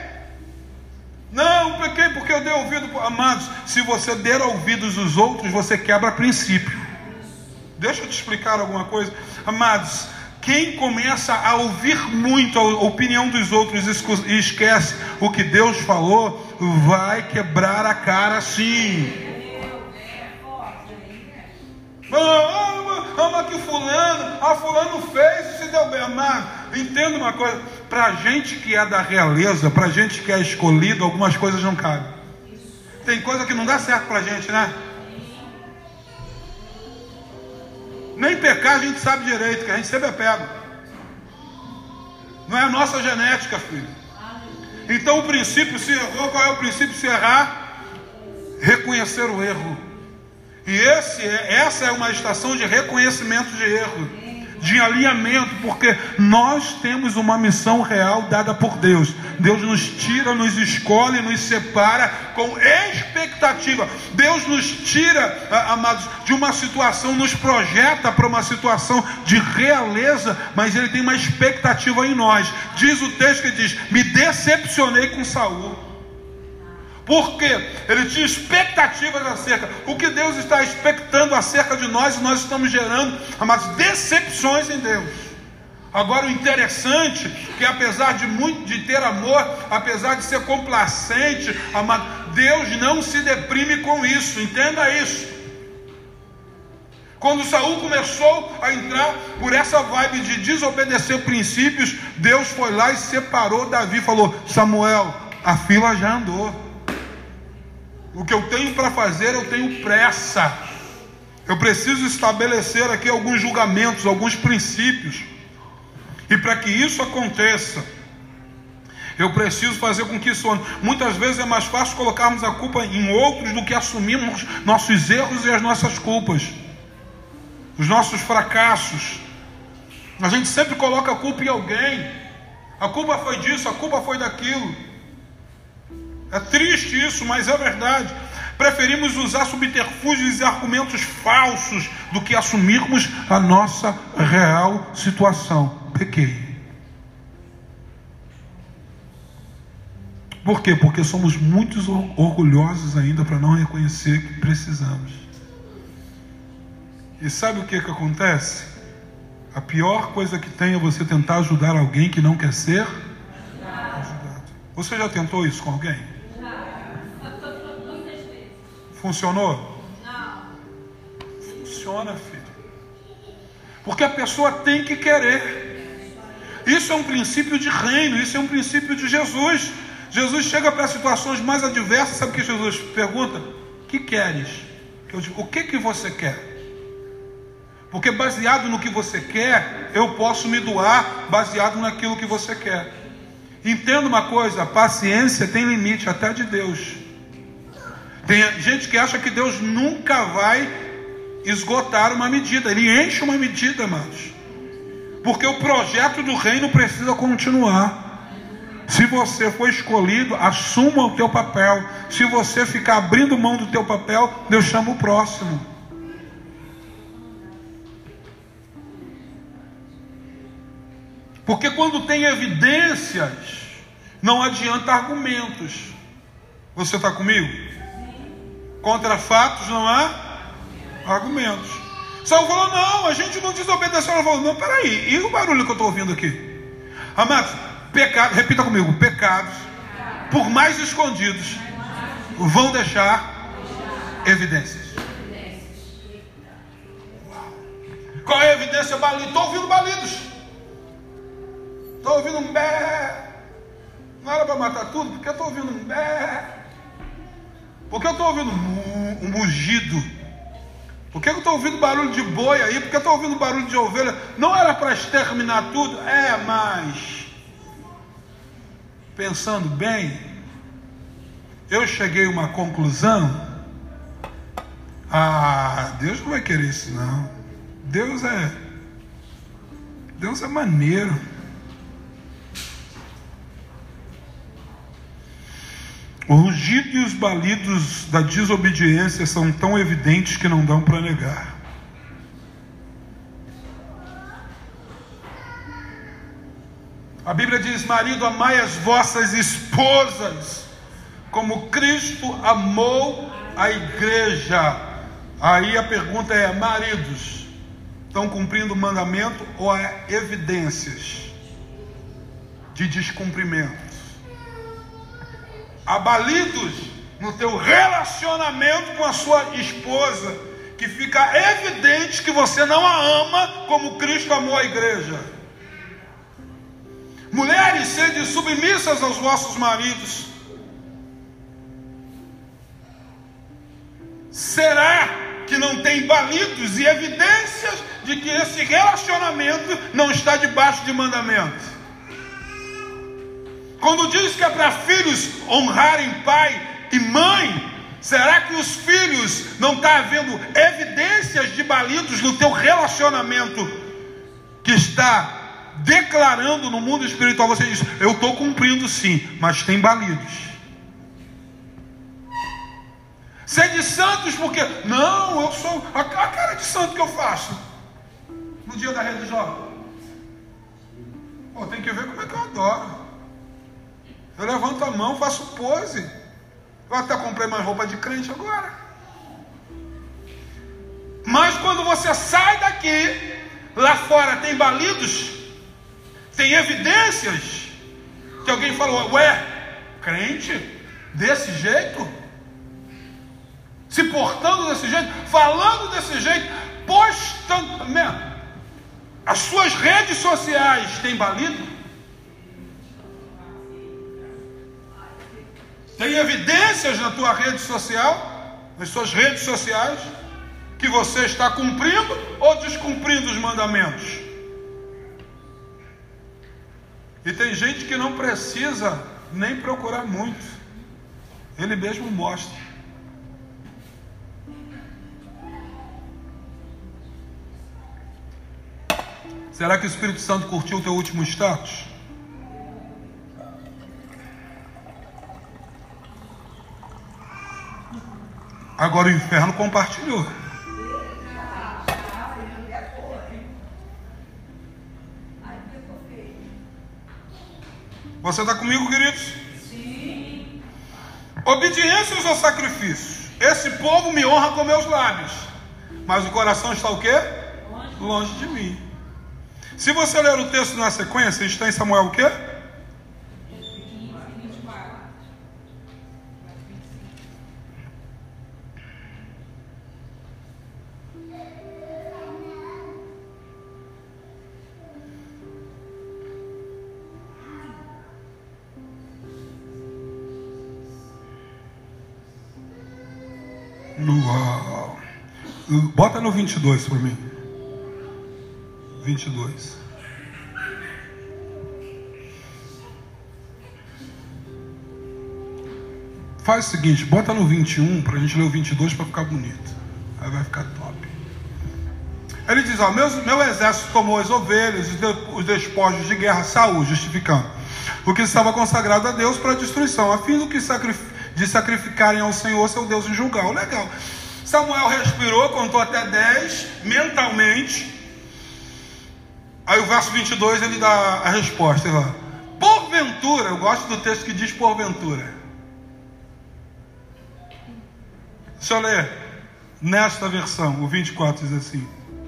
Não, pequei porque eu dei ouvido. Amados, se você der ouvidos aos outros, você quebra princípio. Deixa eu te explicar alguma coisa. Amados, quem começa a ouvir muito a opinião dos outros e esquece o que Deus falou, vai quebrar a cara sim. Ama, ama que fulano, ah, fulano fez e se deu bem. Amado, entenda uma coisa, para a gente que é da realeza, para a gente que é escolhido, algumas coisas não cabem. Tem coisa que não dá certo para a gente, né? Nem pecar a gente sabe direito, que a gente sempre é pego. Não é a nossa genética, filho. Então o princípio, se errou, qual é o princípio se errar? Reconhecer o erro. E esse, essa é uma estação de reconhecimento de erro, de alinhamento, porque nós temos uma missão real dada por Deus. Deus nos tira, nos escolhe, nos separa com expectativa. Deus nos tira, amados, de uma situação, nos projeta para uma situação de realeza, mas Ele tem uma expectativa em nós. Diz o texto que diz: me decepcionei com Saul. Por quê? Ele tinha expectativas acerca. O que Deus está expectando acerca de nós, e nós estamos gerando, amados, decepções em Deus. Agora o interessante, que apesar de, muito, de ter amor, apesar de ser complacente, amado, Deus não se deprime com isso. Entenda isso. Quando Saul começou a entrar por essa vibe de desobedecer princípios, Deus foi lá e separou Davi. Falou: Samuel, a fila já andou. O que eu tenho para fazer, eu tenho pressa. Eu preciso estabelecer aqui alguns julgamentos, alguns princípios. E para que isso aconteça, eu preciso fazer com que isso... Muitas vezes é mais fácil colocarmos a culpa em outros do que assumirmos nossos erros e as nossas culpas, os nossos fracassos. A gente sempre coloca a culpa em alguém. A culpa foi disso, a culpa foi daquilo. É triste isso, mas é verdade. Preferimos usar subterfúgios e argumentos falsos do que assumirmos a nossa real situação. Pequei. Por quê? Porque somos muito orgulhosos ainda para não reconhecer que precisamos. E sabe o que que acontece? A pior coisa que tem é você tentar ajudar alguém que não quer ser ajudado. Você já tentou isso com alguém? Funcionou? Não. Funciona, filho. Porque a pessoa tem que querer. Isso é um princípio de reino, isso é um princípio de Jesus. Jesus chega para situações mais adversas, sabe o que Jesus pergunta? O que queres? Eu digo, o que que você quer? Porque baseado no que você quer, eu posso me doar baseado naquilo que você quer. Entenda uma coisa, a paciência tem limite até de Deus. Tem gente que acha que Deus nunca vai esgotar uma medida. Ele enche uma medida, amados. Porque o projeto do reino precisa continuar. Se você for escolhido, assuma o teu papel. Se você ficar abrindo mão do teu papel, Deus chama o próximo. Porque quando tem evidências, não adianta argumentos. Você está comigo? Contra fatos não há argumentos. Saul falou: não, a gente não desobedeceu. Ela falou: não, peraí, e o barulho que eu estou ouvindo aqui? Amados, pecado, repita comigo: pecados, por mais escondidos, vão deixar evidências. Qual é a evidência? Balido. Estou ouvindo balidos. Estou ouvindo um bé. Não era para matar tudo, porque eu estou ouvindo um bé. Porque eu estou ouvindo um mugido? Por que eu estou ouvindo barulho de boi aí? Porque eu estou ouvindo barulho de ovelha? Não era para exterminar tudo? É, mas pensando bem, eu cheguei a uma conclusão. Ah, Deus não vai querer isso não. Deus é Deus é maneiro. O rugido e os balidos da desobediência são tão evidentes que não dão para negar. A Bíblia diz: marido, amai as vossas esposas, como Cristo amou a igreja. Aí a pergunta é: maridos, estão cumprindo o mandamento ou há evidências de descumprimento? Há balidos no teu relacionamento com a sua esposa, que fica evidente que você não a ama como Cristo amou a igreja. Mulheres, sede submissas aos vossos maridos. Será que não tem balidos e evidências de que esse relacionamento não está debaixo de mandamento? Quando diz que é para filhos honrarem pai e mãe, será que os filhos não estão havendo evidências de balidos no teu relacionamento que está declarando no mundo espiritual? Você diz: eu estou cumprindo sim, mas tem balidos. Sede santos porque... Não, eu sou... A, a cara de santo que eu faço no dia da rede jovem. Pô, tem que ver como é que eu adoro. Eu levanto a mão, faço pose. Eu até comprei mais roupa de crente agora. Mas quando você sai daqui, lá fora tem balidos, tem evidências que alguém falou: ué, crente? Desse jeito? Se portando desse jeito? Falando desse jeito? Postando... As suas redes sociais têm balido? Tem evidências na tua rede social, nas suas redes sociais, que você está cumprindo ou descumprindo os mandamentos? E tem gente que não precisa nem procurar muito, ele mesmo mostra. Será que o Espírito Santo curtiu o teu último status? Agora o inferno compartilhou. Você está comigo, queridos? Sim. Obediências ou sacrifícios? Esse povo me honra com meus lábios, mas o coração está o quê? Longe, Longe de mim. Se você ler o texto na sequência, está em Samuel o quê? No, bota no vinte e dois para mim. vinte e dois. Faz o seguinte, bota no vinte e um para a gente ler o vinte e dois para ficar bonito. Aí vai ficar top. Ele diz: ó, meu, meu exército tomou as ovelhas, os despojos de guerra, Saul, justificando o que estava consagrado a Deus para a destruição, a fim do que sacrificar de sacrificarem ao Senhor seu Deus em Gilgal. Legal. Samuel respirou, contou até dez mentalmente. Aí o verso vinte e dois ele dá a resposta. Ele fala: porventura, eu gosto do texto que diz porventura. Deixa eu ler nesta versão, o vinte e quatro diz assim: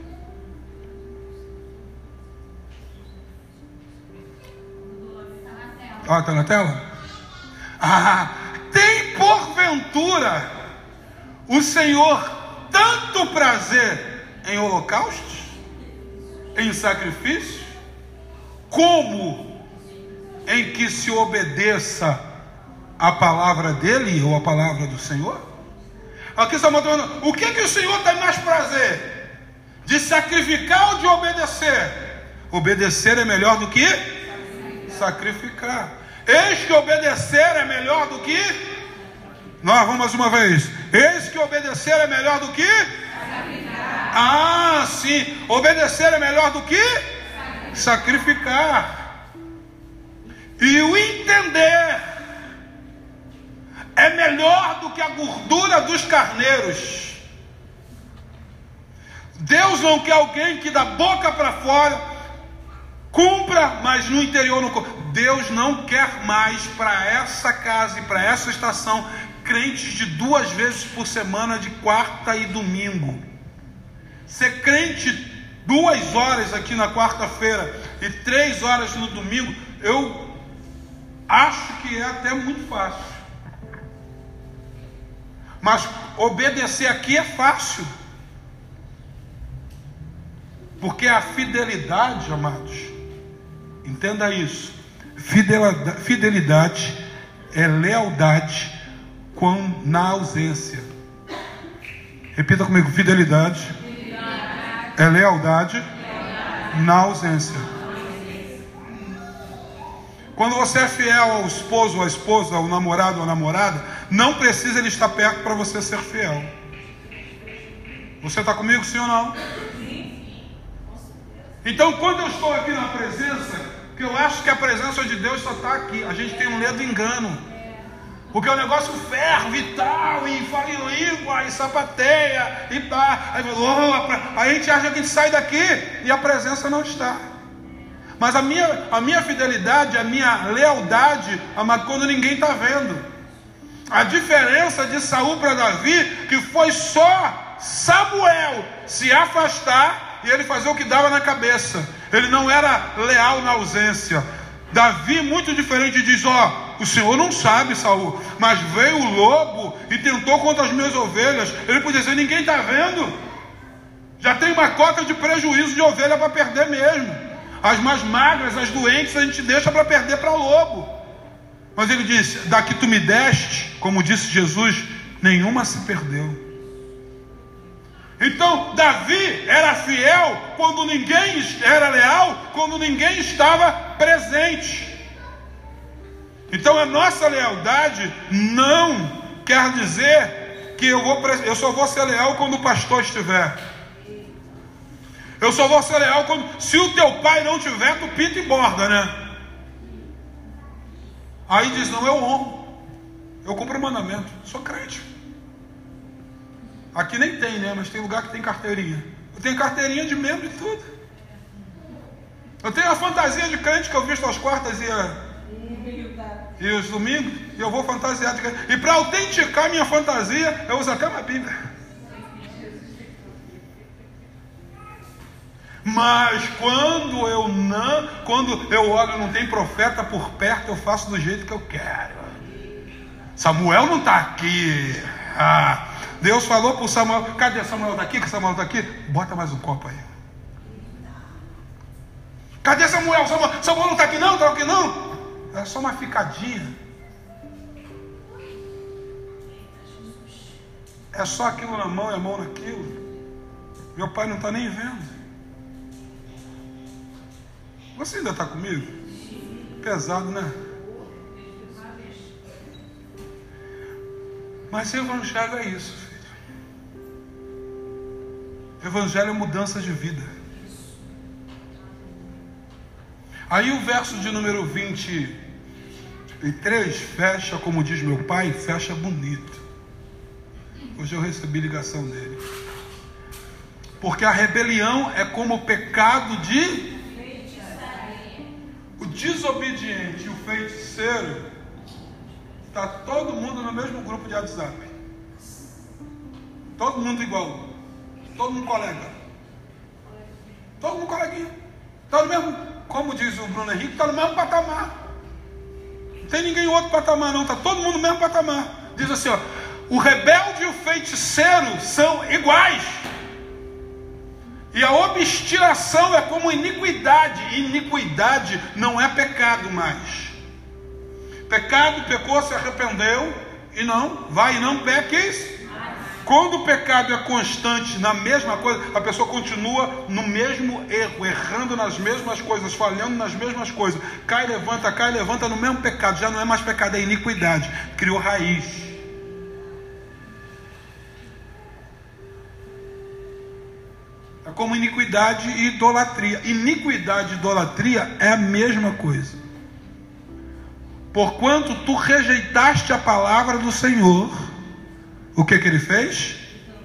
ah, está na tela? Ah, tem porventura o Senhor tanto prazer em holocaustos, em sacrifícios, como em que se obedeça a palavra dele ou a palavra do Senhor? Aqui está mostrando o que, que o Senhor tem mais prazer, de sacrificar ou de obedecer? Obedecer é melhor do que sacrificar. Eis que obedecer é melhor do que Nós vamos mais uma vez. Eis que obedecer é melhor do que? Sacrificar. Ah, sim. Obedecer é melhor do que? Sacrificar. Sacrificar. E o entender é melhor do que a gordura dos carneiros. Deus não quer alguém que da boca para fora cumpra, mas no interior não cumpra. Deus não quer mais para essa casa e para essa estação crentes de duas vezes por semana, de quarta e domingo. Ser crente duas horas aqui na quarta-feira e três horas no domingo, eu acho que é até muito fácil. Mas obedecer aqui é fácil. Porque a fidelidade, amados, entenda isso. Fidelidade, fidelidade é lealdade quando na ausência. Repita comigo: fidelidade, fidelidade. É lealdade, lealdade na ausência. Quando você é fiel ao esposo, à esposa, ao namorado, à namorada, não precisa ele estar perto para você ser fiel. Você está comigo, sim ou não? Então, quando eu estou aqui na presença, que eu acho que a presença de Deus só está aqui, a gente tem um ledo engano, porque o negócio ferve e tal, e fala em língua, e sapateia, e pá, aí, oh, aí a gente acha que a gente sai daqui e a presença não está. Mas a minha, a minha fidelidade, a minha lealdade, amado, quando ninguém está vendo. A diferença de Saul para Davi, que foi só Samuel se afastar e ele fazer o que dava na cabeça. Ele não era leal na ausência. Davi, muito diferente, diz: ó, o Senhor não sabe, Saul, mas veio o lobo e tentou contra as minhas ovelhas. Ele podia dizer: ninguém está vendo. Já tem uma cota de prejuízo de ovelha para perder mesmo. As mais magras, as doentes, a gente deixa para perder para lobo. Mas ele disse: da que tu me deste, como disse Jesus, nenhuma se perdeu. Então Davi era fiel quando ninguém era leal, quando ninguém estava presente. Então a nossa lealdade não quer dizer que eu, vou, eu só vou ser leal quando o pastor estiver. Eu só vou ser leal quando, se o teu pai não tiver, tu pita e borda, né? Aí diz: não, eu honro, eu cumpro o mandamento, sou crente. Aqui nem tem, né? Mas tem lugar que tem carteirinha. Eu tenho carteirinha de membro e tudo. Eu tenho a fantasia de crente que eu visto às quartas e, a... e os domingos. E eu vou fantasiar de crente. E para autenticar minha fantasia, eu uso até uma Bíblia. Mas quando eu não, quando eu olho, não tem profeta por perto, eu faço do jeito que eu quero. Samuel não está aqui. Ah, Deus falou para o Samuel: cadê Samuel? Está aqui? Que Samuel está aqui? Bota mais um copo aí. Cadê Samuel? Samuel, Samuel não está aqui não? Está aqui não? É só uma ficadinha. É só aquilo na mão e a mão naquilo. Meu pai não está nem vendo. Você ainda está comigo? Pesado, né? Mas o evangelho é isso, filho. O evangelho é mudança de vida. Aí o verso de número vinte e três fecha, como diz meu pai, fecha bonito. Hoje eu recebi ligação dele. Porque a rebelião é como o pecado de... O desobediente e o feiticeiro, está todo mundo no mesmo grupo de WhatsApp. Todo mundo igual. Todo mundo colega. Todo mundo coleguinha. Está no mesmo, como diz o Bruno Henrique, está no mesmo patamar. Não tem ninguém outro patamar não. Está todo mundo no mesmo patamar. Diz assim, ó: o rebelde e o feiticeiro são iguais. E a obstinação é como iniquidade. Iniquidade não é pecado mais. Pecado, pecou, se arrependeu e não, vai e não peques. Quando o pecado é constante na mesma coisa, a pessoa continua no mesmo erro, errando nas mesmas coisas, falhando nas mesmas coisas. Cai, levanta, cai, levanta no mesmo pecado. Já não é mais pecado, é iniquidade. Criou raiz. como iniquidade e idolatria. Iniquidade e idolatria é a mesma coisa. Porquanto tu rejeitaste a palavra do Senhor, o que que ele fez?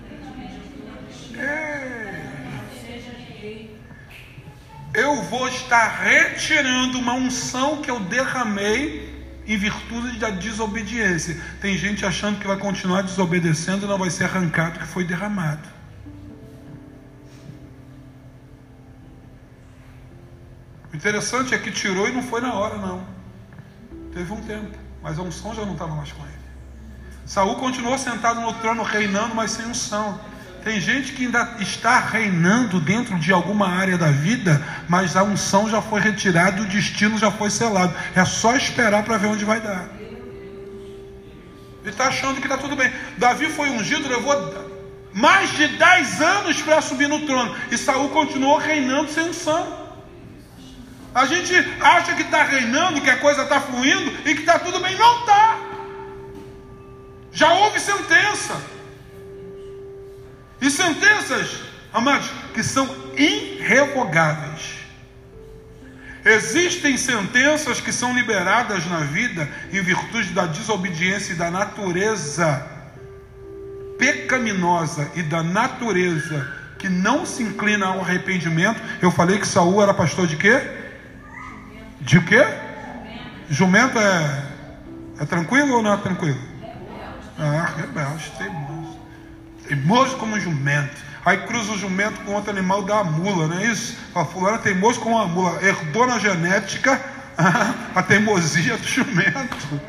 É. Eu vou estar retirando uma unção que eu derramei em virtude da desobediência. Tem gente achando que vai continuar desobedecendo e não vai ser arrancado o que foi derramado. O interessante é que tirou e não foi na hora, não. Teve um tempo, mas a unção já não estava mais com ele. Saul continuou sentado no trono reinando, mas sem unção. Tem gente que ainda está reinando dentro de alguma área da vida, mas a unção já foi retirada e o destino já foi selado. É só esperar para ver onde vai dar. Ele está achando que está tudo bem. Davi foi ungido, levou mais de dez anos para subir no trono, e Saul continuou reinando sem unção. A gente acha que está reinando, que a coisa está fluindo e que está tudo bem. Não está. Já houve sentença. E sentenças, amados, que são irrevogáveis. Existem sentenças que são liberadas na vida em virtude da desobediência e da natureza pecaminosa e da natureza que não se inclina ao arrependimento. Eu falei que Saul era pastor de quê? De quê? Jumento é, é tranquilo ou não é tranquilo? Ah, rebelde, teimoso. Teimoso como jumento. Aí cruza o jumento com outro animal, dá a mula, não é isso? A fulana é teimoso como uma mula. Herdou na genética a teimosia do jumento.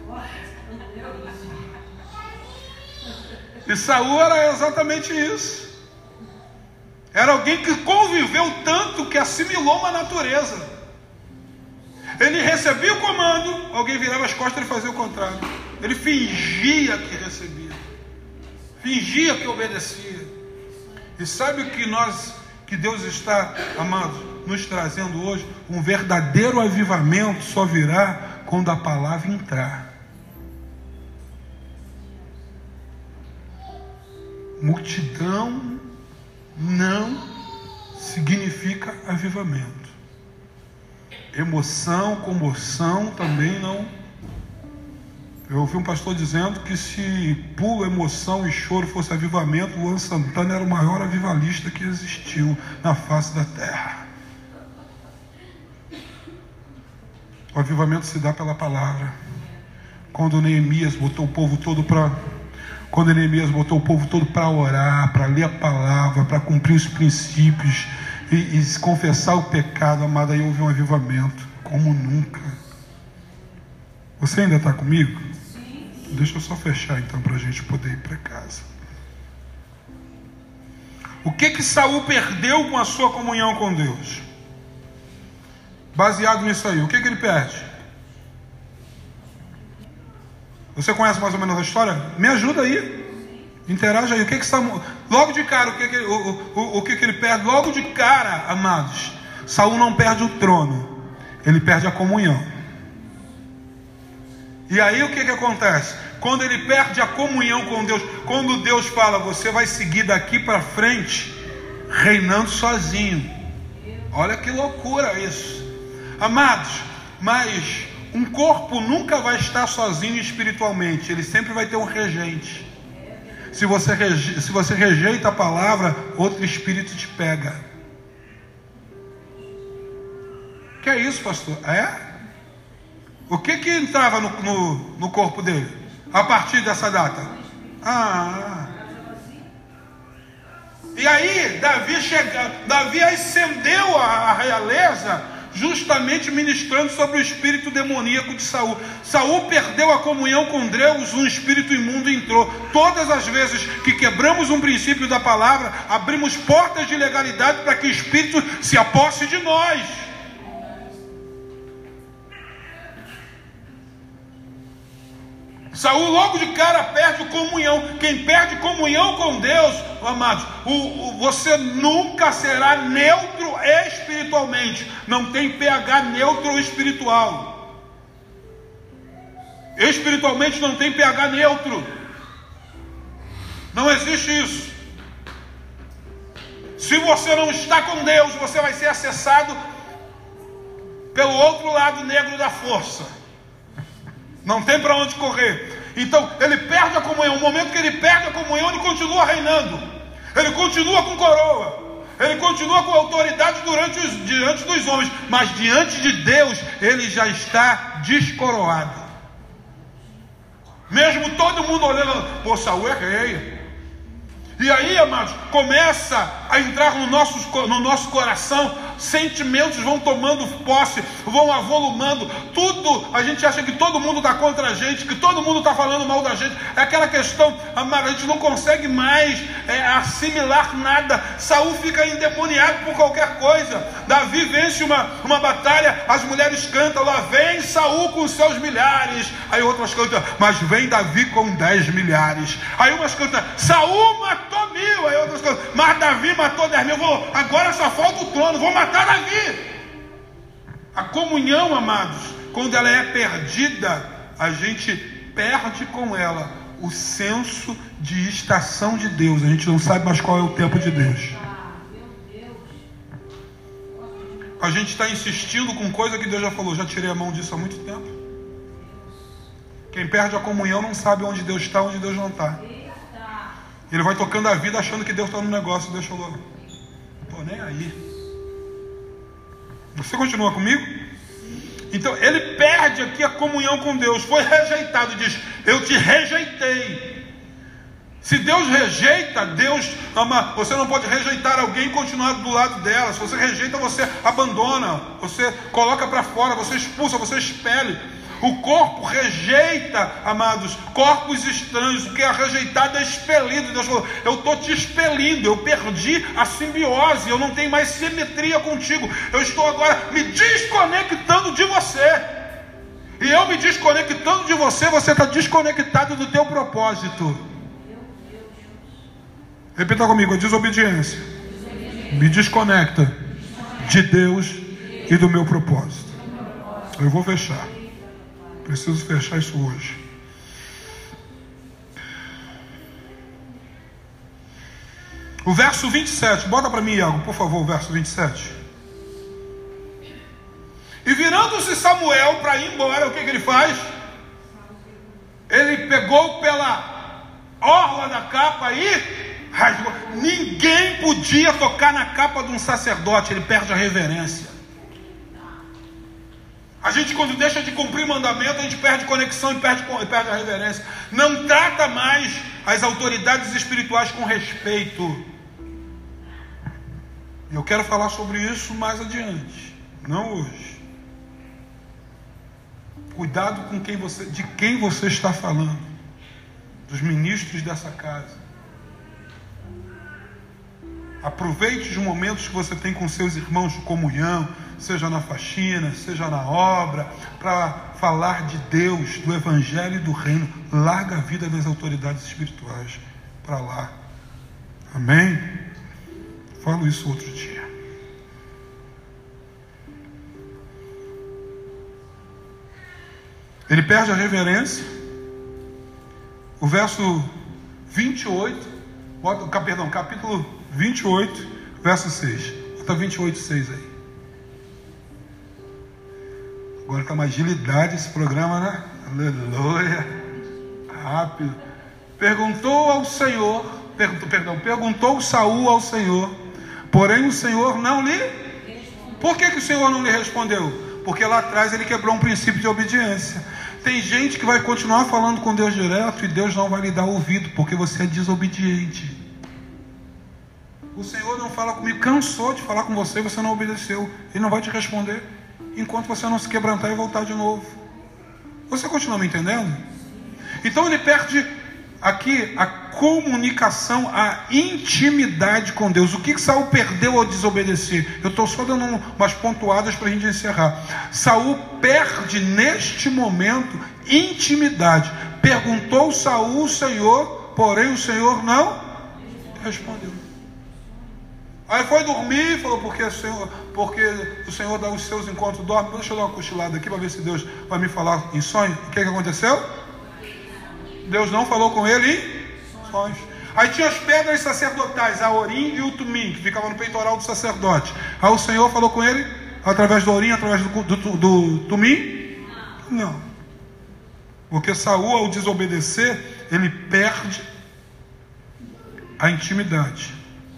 E Saul era exatamente isso. Era alguém que conviveu tanto que assimilou uma natureza. Ele recebia o comando, alguém virava as costas e fazia o contrário. Ele fingia que recebia, fingia que obedecia. E sabe o que nós, que Deus está, amados, nos trazendo hoje? Um verdadeiro avivamento só virá quando a palavra entrar. Multidão não significa avivamento. Emoção, comoção também não. Eu ouvi um pastor dizendo que se pulo, emoção e choro fosse avivamento, Luan Santana era o maior avivalista que existiu na face da terra. O avivamento se dá pela palavra. Quando Neemias botou o povo todo para Quando Neemias botou o povo todo para orar, para ler a palavra, para cumprir os princípios e, e confessar o pecado, amado, aí houve um avivamento como nunca. Você ainda está comigo? Sim. Deixa eu só fechar então para a gente poder ir para casa. O que que Saul perdeu com a sua comunhão com Deus? Baseado nisso aí, o que que ele perde? Você conhece mais ou menos a história? Me ajuda aí. Interaja aí. O que que Saul... Logo de cara, o que que, o, o, o que que ele perde? Logo de cara, amados, Saul não perde o trono, ele perde a comunhão. E aí o que que acontece? Quando ele perde a comunhão com Deus, quando Deus fala, você vai seguir daqui para frente, reinando sozinho. Olha que loucura isso. Amados, mas um corpo nunca vai estar sozinho espiritualmente, ele sempre vai ter um regente. Se você, reje, se você rejeita a palavra, outro espírito te pega. Que é isso, pastor? É? O que que entrava no, no, no corpo dele a partir dessa data? Ah. E aí Davi chega, Davi ascendeu a, a realeza justamente ministrando sobre o espírito demoníaco de Saul. Saul perdeu a comunhão com Deus, um espírito imundo entrou. Todas as vezes que quebramos um princípio da palavra, abrimos portas de legalidade para que o espírito se aposse de nós. Saul logo de cara perde comunhão. Quem perde comunhão com Deus, amados, o, o, você nunca será neutro espiritualmente. Não tem pH neutro ou espiritual. Espiritualmente não tem pH neutro. Não existe isso. Se você não está com Deus, você vai ser acessado pelo outro lado negro da força. Não tem para onde correr. Então ele perde a comunhão. No momento que ele perde a comunhão, ele continua reinando. Ele continua com coroa. Ele continua com autoridade durante os, diante dos homens. Mas diante de Deus, ele já está descoroado. Mesmo todo mundo olhando, pô, Saul é rei. E aí, amados, começa a entrar no nosso, no nosso coração, sentimentos vão tomando posse, vão avolumando, tudo, a gente acha que todo mundo está contra a gente, que todo mundo está falando mal da gente, é aquela questão, amado, a gente não consegue mais é, assimilar nada. Saul fica endemoniado por qualquer coisa. Davi vence uma, uma batalha, as mulheres cantam lá, vem Saul com seus milhares, aí outras cantam, mas vem Davi com dez milhares, aí umas cantam, Saul matou mil, aí outras cantam, mas Davi matou dez mil, vou, agora só falta o trono, vou matar Davi. A comunhão, amados, quando ela é perdida, a gente perde com ela o senso de estação de Deus. A gente não sabe mais qual é o tempo de Deus. A gente está insistindo com coisa que Deus já falou, já tirei a mão disso há muito tempo. Quem perde a comunhão não sabe onde Deus está, onde Deus não está. Ele vai tocando a vida achando que Deus está no negócio. Deus falou, pô, nem aí. Você continua comigo? Então ele perde aqui a comunhão com Deus. Foi rejeitado, diz, eu te rejeitei. Se Deus rejeita, Deus ama. Você não pode rejeitar alguém e continuar do lado dela. Se você rejeita, você abandona, você coloca para fora, você expulsa, você expele. O corpo rejeita, amados, corpos estranhos. O que é rejeitado é expelido. Deus falou, eu estou te expelindo, eu perdi a simbiose, eu não tenho mais simetria contigo, eu estou agora me desconectando de você. E eu me desconectando de você, você está desconectado do teu propósito. Repita comigo, a desobediência me desconecta de Deus e do meu propósito. Eu vou fechar. Preciso fechar isso hoje. O verso vinte e sete, bota para mim, Iago, por favor, o verso vinte e sete. E virando-se Samuel para ir embora, o que, que ele faz? Ele pegou pela orla da capa e rasgou. Ninguém podia tocar na capa de um sacerdote, ele perde a reverência. A gente, quando deixa de cumprir mandamento, a gente perde conexão e perde, e perde a reverência. Não trata mais as autoridades espirituais com respeito. Eu quero falar sobre isso mais adiante, não hoje. Cuidado com quem você, de quem você está falando, dos ministros dessa casa. Aproveite os momentos que você tem com seus irmãos de comunhão, seja na faxina, seja na obra, para falar de Deus, do Evangelho e do Reino. Larga a vida das autoridades espirituais para lá. Amém? Falo isso outro dia. Ele perde a reverência. O verso vinte e oito, bota, perdão, capítulo vinte e oito, verso seis. Bota vinte e oito, seis aí. Agora está uma agilidade esse programa, né? Aleluia. Rápido. Perguntou ao Senhor, perguntou, perdão, perguntou Saul ao Senhor, porém o Senhor não lhe... Por que que o Senhor não lhe respondeu? Porque lá atrás ele quebrou um princípio de obediência. Tem gente que vai continuar falando com Deus direto e Deus não vai lhe dar ouvido, porque você é desobediente. O Senhor não fala comigo, cansou de falar com você, você não obedeceu. Ele não vai te responder enquanto você não se quebrantar e voltar de novo. Você continua me entendendo? Então ele perde aqui a comunicação, a intimidade com Deus. O que que Saul perdeu ao desobedecer? Eu estou só dando umas pontuadas para a gente encerrar. Saul perde neste momento intimidade. Perguntou Saul o Senhor, porém o Senhor não respondeu. Aí foi dormir e falou, porque o Senhor, porque o Senhor dá os seus encontros, dorme. Deixa eu dar uma cochilada aqui para ver se Deus vai me falar em sonho. O que que aconteceu? Deus não falou com ele em sonhos. Aí tinha as pedras sacerdotais, a Orim e o Tumim, que ficavam no peitoral do sacerdote. Aí o Senhor falou com ele, através do Orim, através do, do, do, do Tumim? Não. Porque Saul, ao desobedecer, ele perde a intimidade.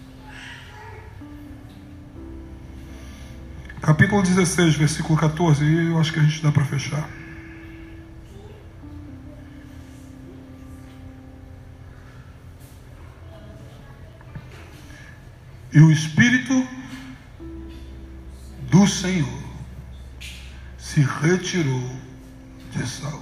Capítulo dezesseis, versículo quatorze, e eu acho que a gente dá para fechar. E o Espírito do Senhor se retirou de Saul.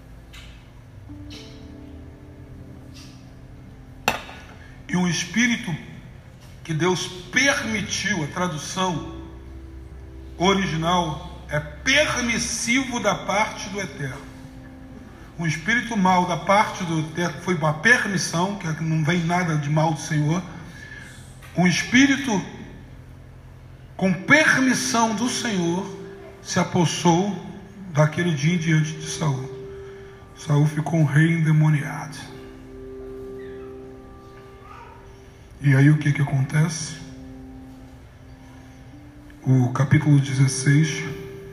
E um Espírito que Deus permitiu, a tradução original é permissivo da parte do Eterno. Um espírito mau da parte do Eterno foi uma permissão, que não vem nada de mal do Senhor. Um espírito com permissão do Senhor se apossou daquele dia em diante de Saul. Saul ficou um rei endemoniado. E aí o que que acontece? O capítulo dezesseis,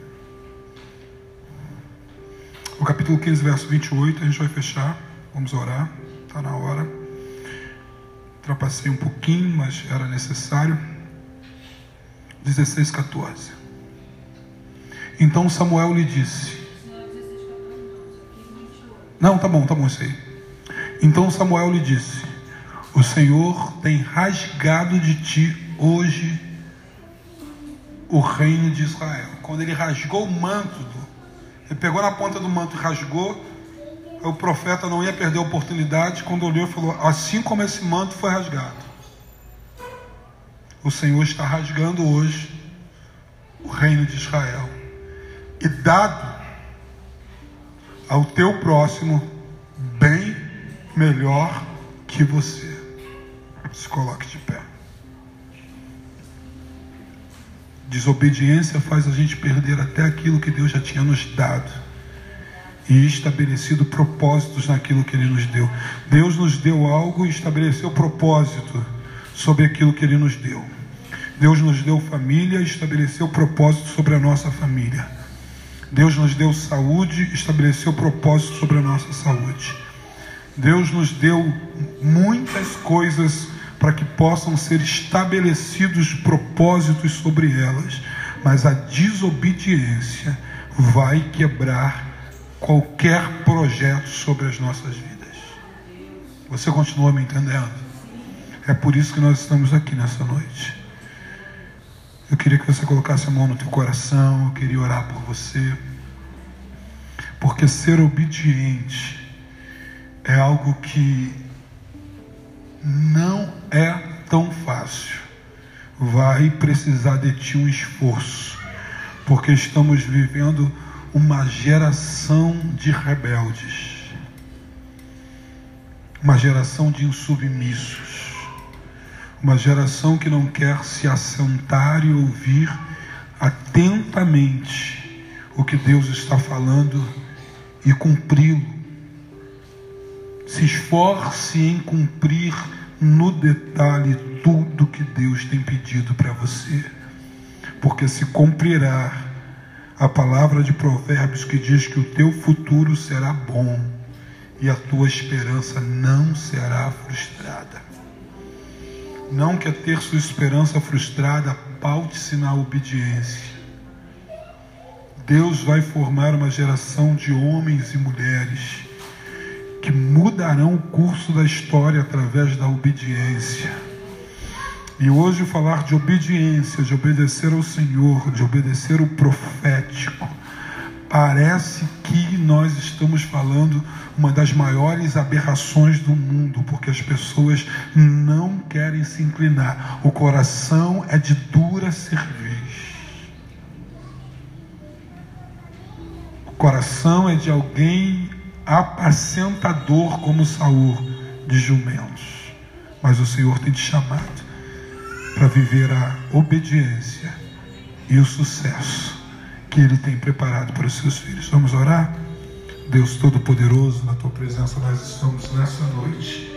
o capítulo quinze, verso vinte e oito, a gente vai fechar, vamos orar, está na hora. Ultrapassei um pouquinho, mas era necessário. dezesseis, quatorze. Então Samuel lhe disse... Não, tá bom, tá bom isso aí. Então Samuel lhe disse: o Senhor tem rasgado de ti hoje o reino de Israel. Quando ele rasgou o manto, do, ele pegou na ponta do manto e rasgou, o profeta não ia perder a oportunidade. Quando olhou e falou: assim como esse manto foi rasgado, o Senhor está rasgando hoje o reino de Israel e dado ao teu próximo bem melhor que você. Se coloque de pé. Desobediência faz a gente perder até aquilo que Deus já tinha nos dado e estabelecido propósitos naquilo que Ele nos deu. Deus nos deu algo e estabeleceu propósito sobre aquilo que Ele nos deu. Deus nos deu família e estabeleceu propósito sobre a nossa família. Deus nos deu saúde e estabeleceu propósito sobre a nossa saúde. Deus nos deu muitas coisas para que possam ser estabelecidos propósitos sobre elas, mas a desobediência vai quebrar qualquer projeto sobre as nossas vidas. Você continua me entendendo? É por isso que nós estamos aqui nessa noite. Eu queria que você colocasse a mão no teu coração. Eu queria orar por você, porque ser obediente é algo que não é tão fácil. Vai precisar de ti um esforço, porque estamos vivendo uma geração de rebeldes, uma geração de insubmissos, uma geração que não quer se assentar e ouvir atentamente o que Deus está falando e cumpri-lo. Se esforce em cumprir no detalhe tudo que Deus tem pedido para você, porque se cumprirá a palavra de Provérbios que diz que o teu futuro será bom e a tua esperança não será frustrada. Não quer ter sua esperança frustrada? Paute-se na obediência. Deus vai formar uma geração de homens e mulheres que mudarão o curso da história através da obediência. E hoje falar de obediência, de obedecer ao Senhor, de obedecer o profético, parece que nós estamos falando uma das maiores aberrações do mundo, porque as pessoas não querem se inclinar. O coração é de dura cerviz. O coração é de alguém apacentador como Saul de jumentos. Mas o Senhor tem te chamado para viver a obediência e o sucesso que Ele tem preparado para os seus filhos. Vamos orar? Deus Todo-Poderoso, na Tua presença nós estamos nessa noite.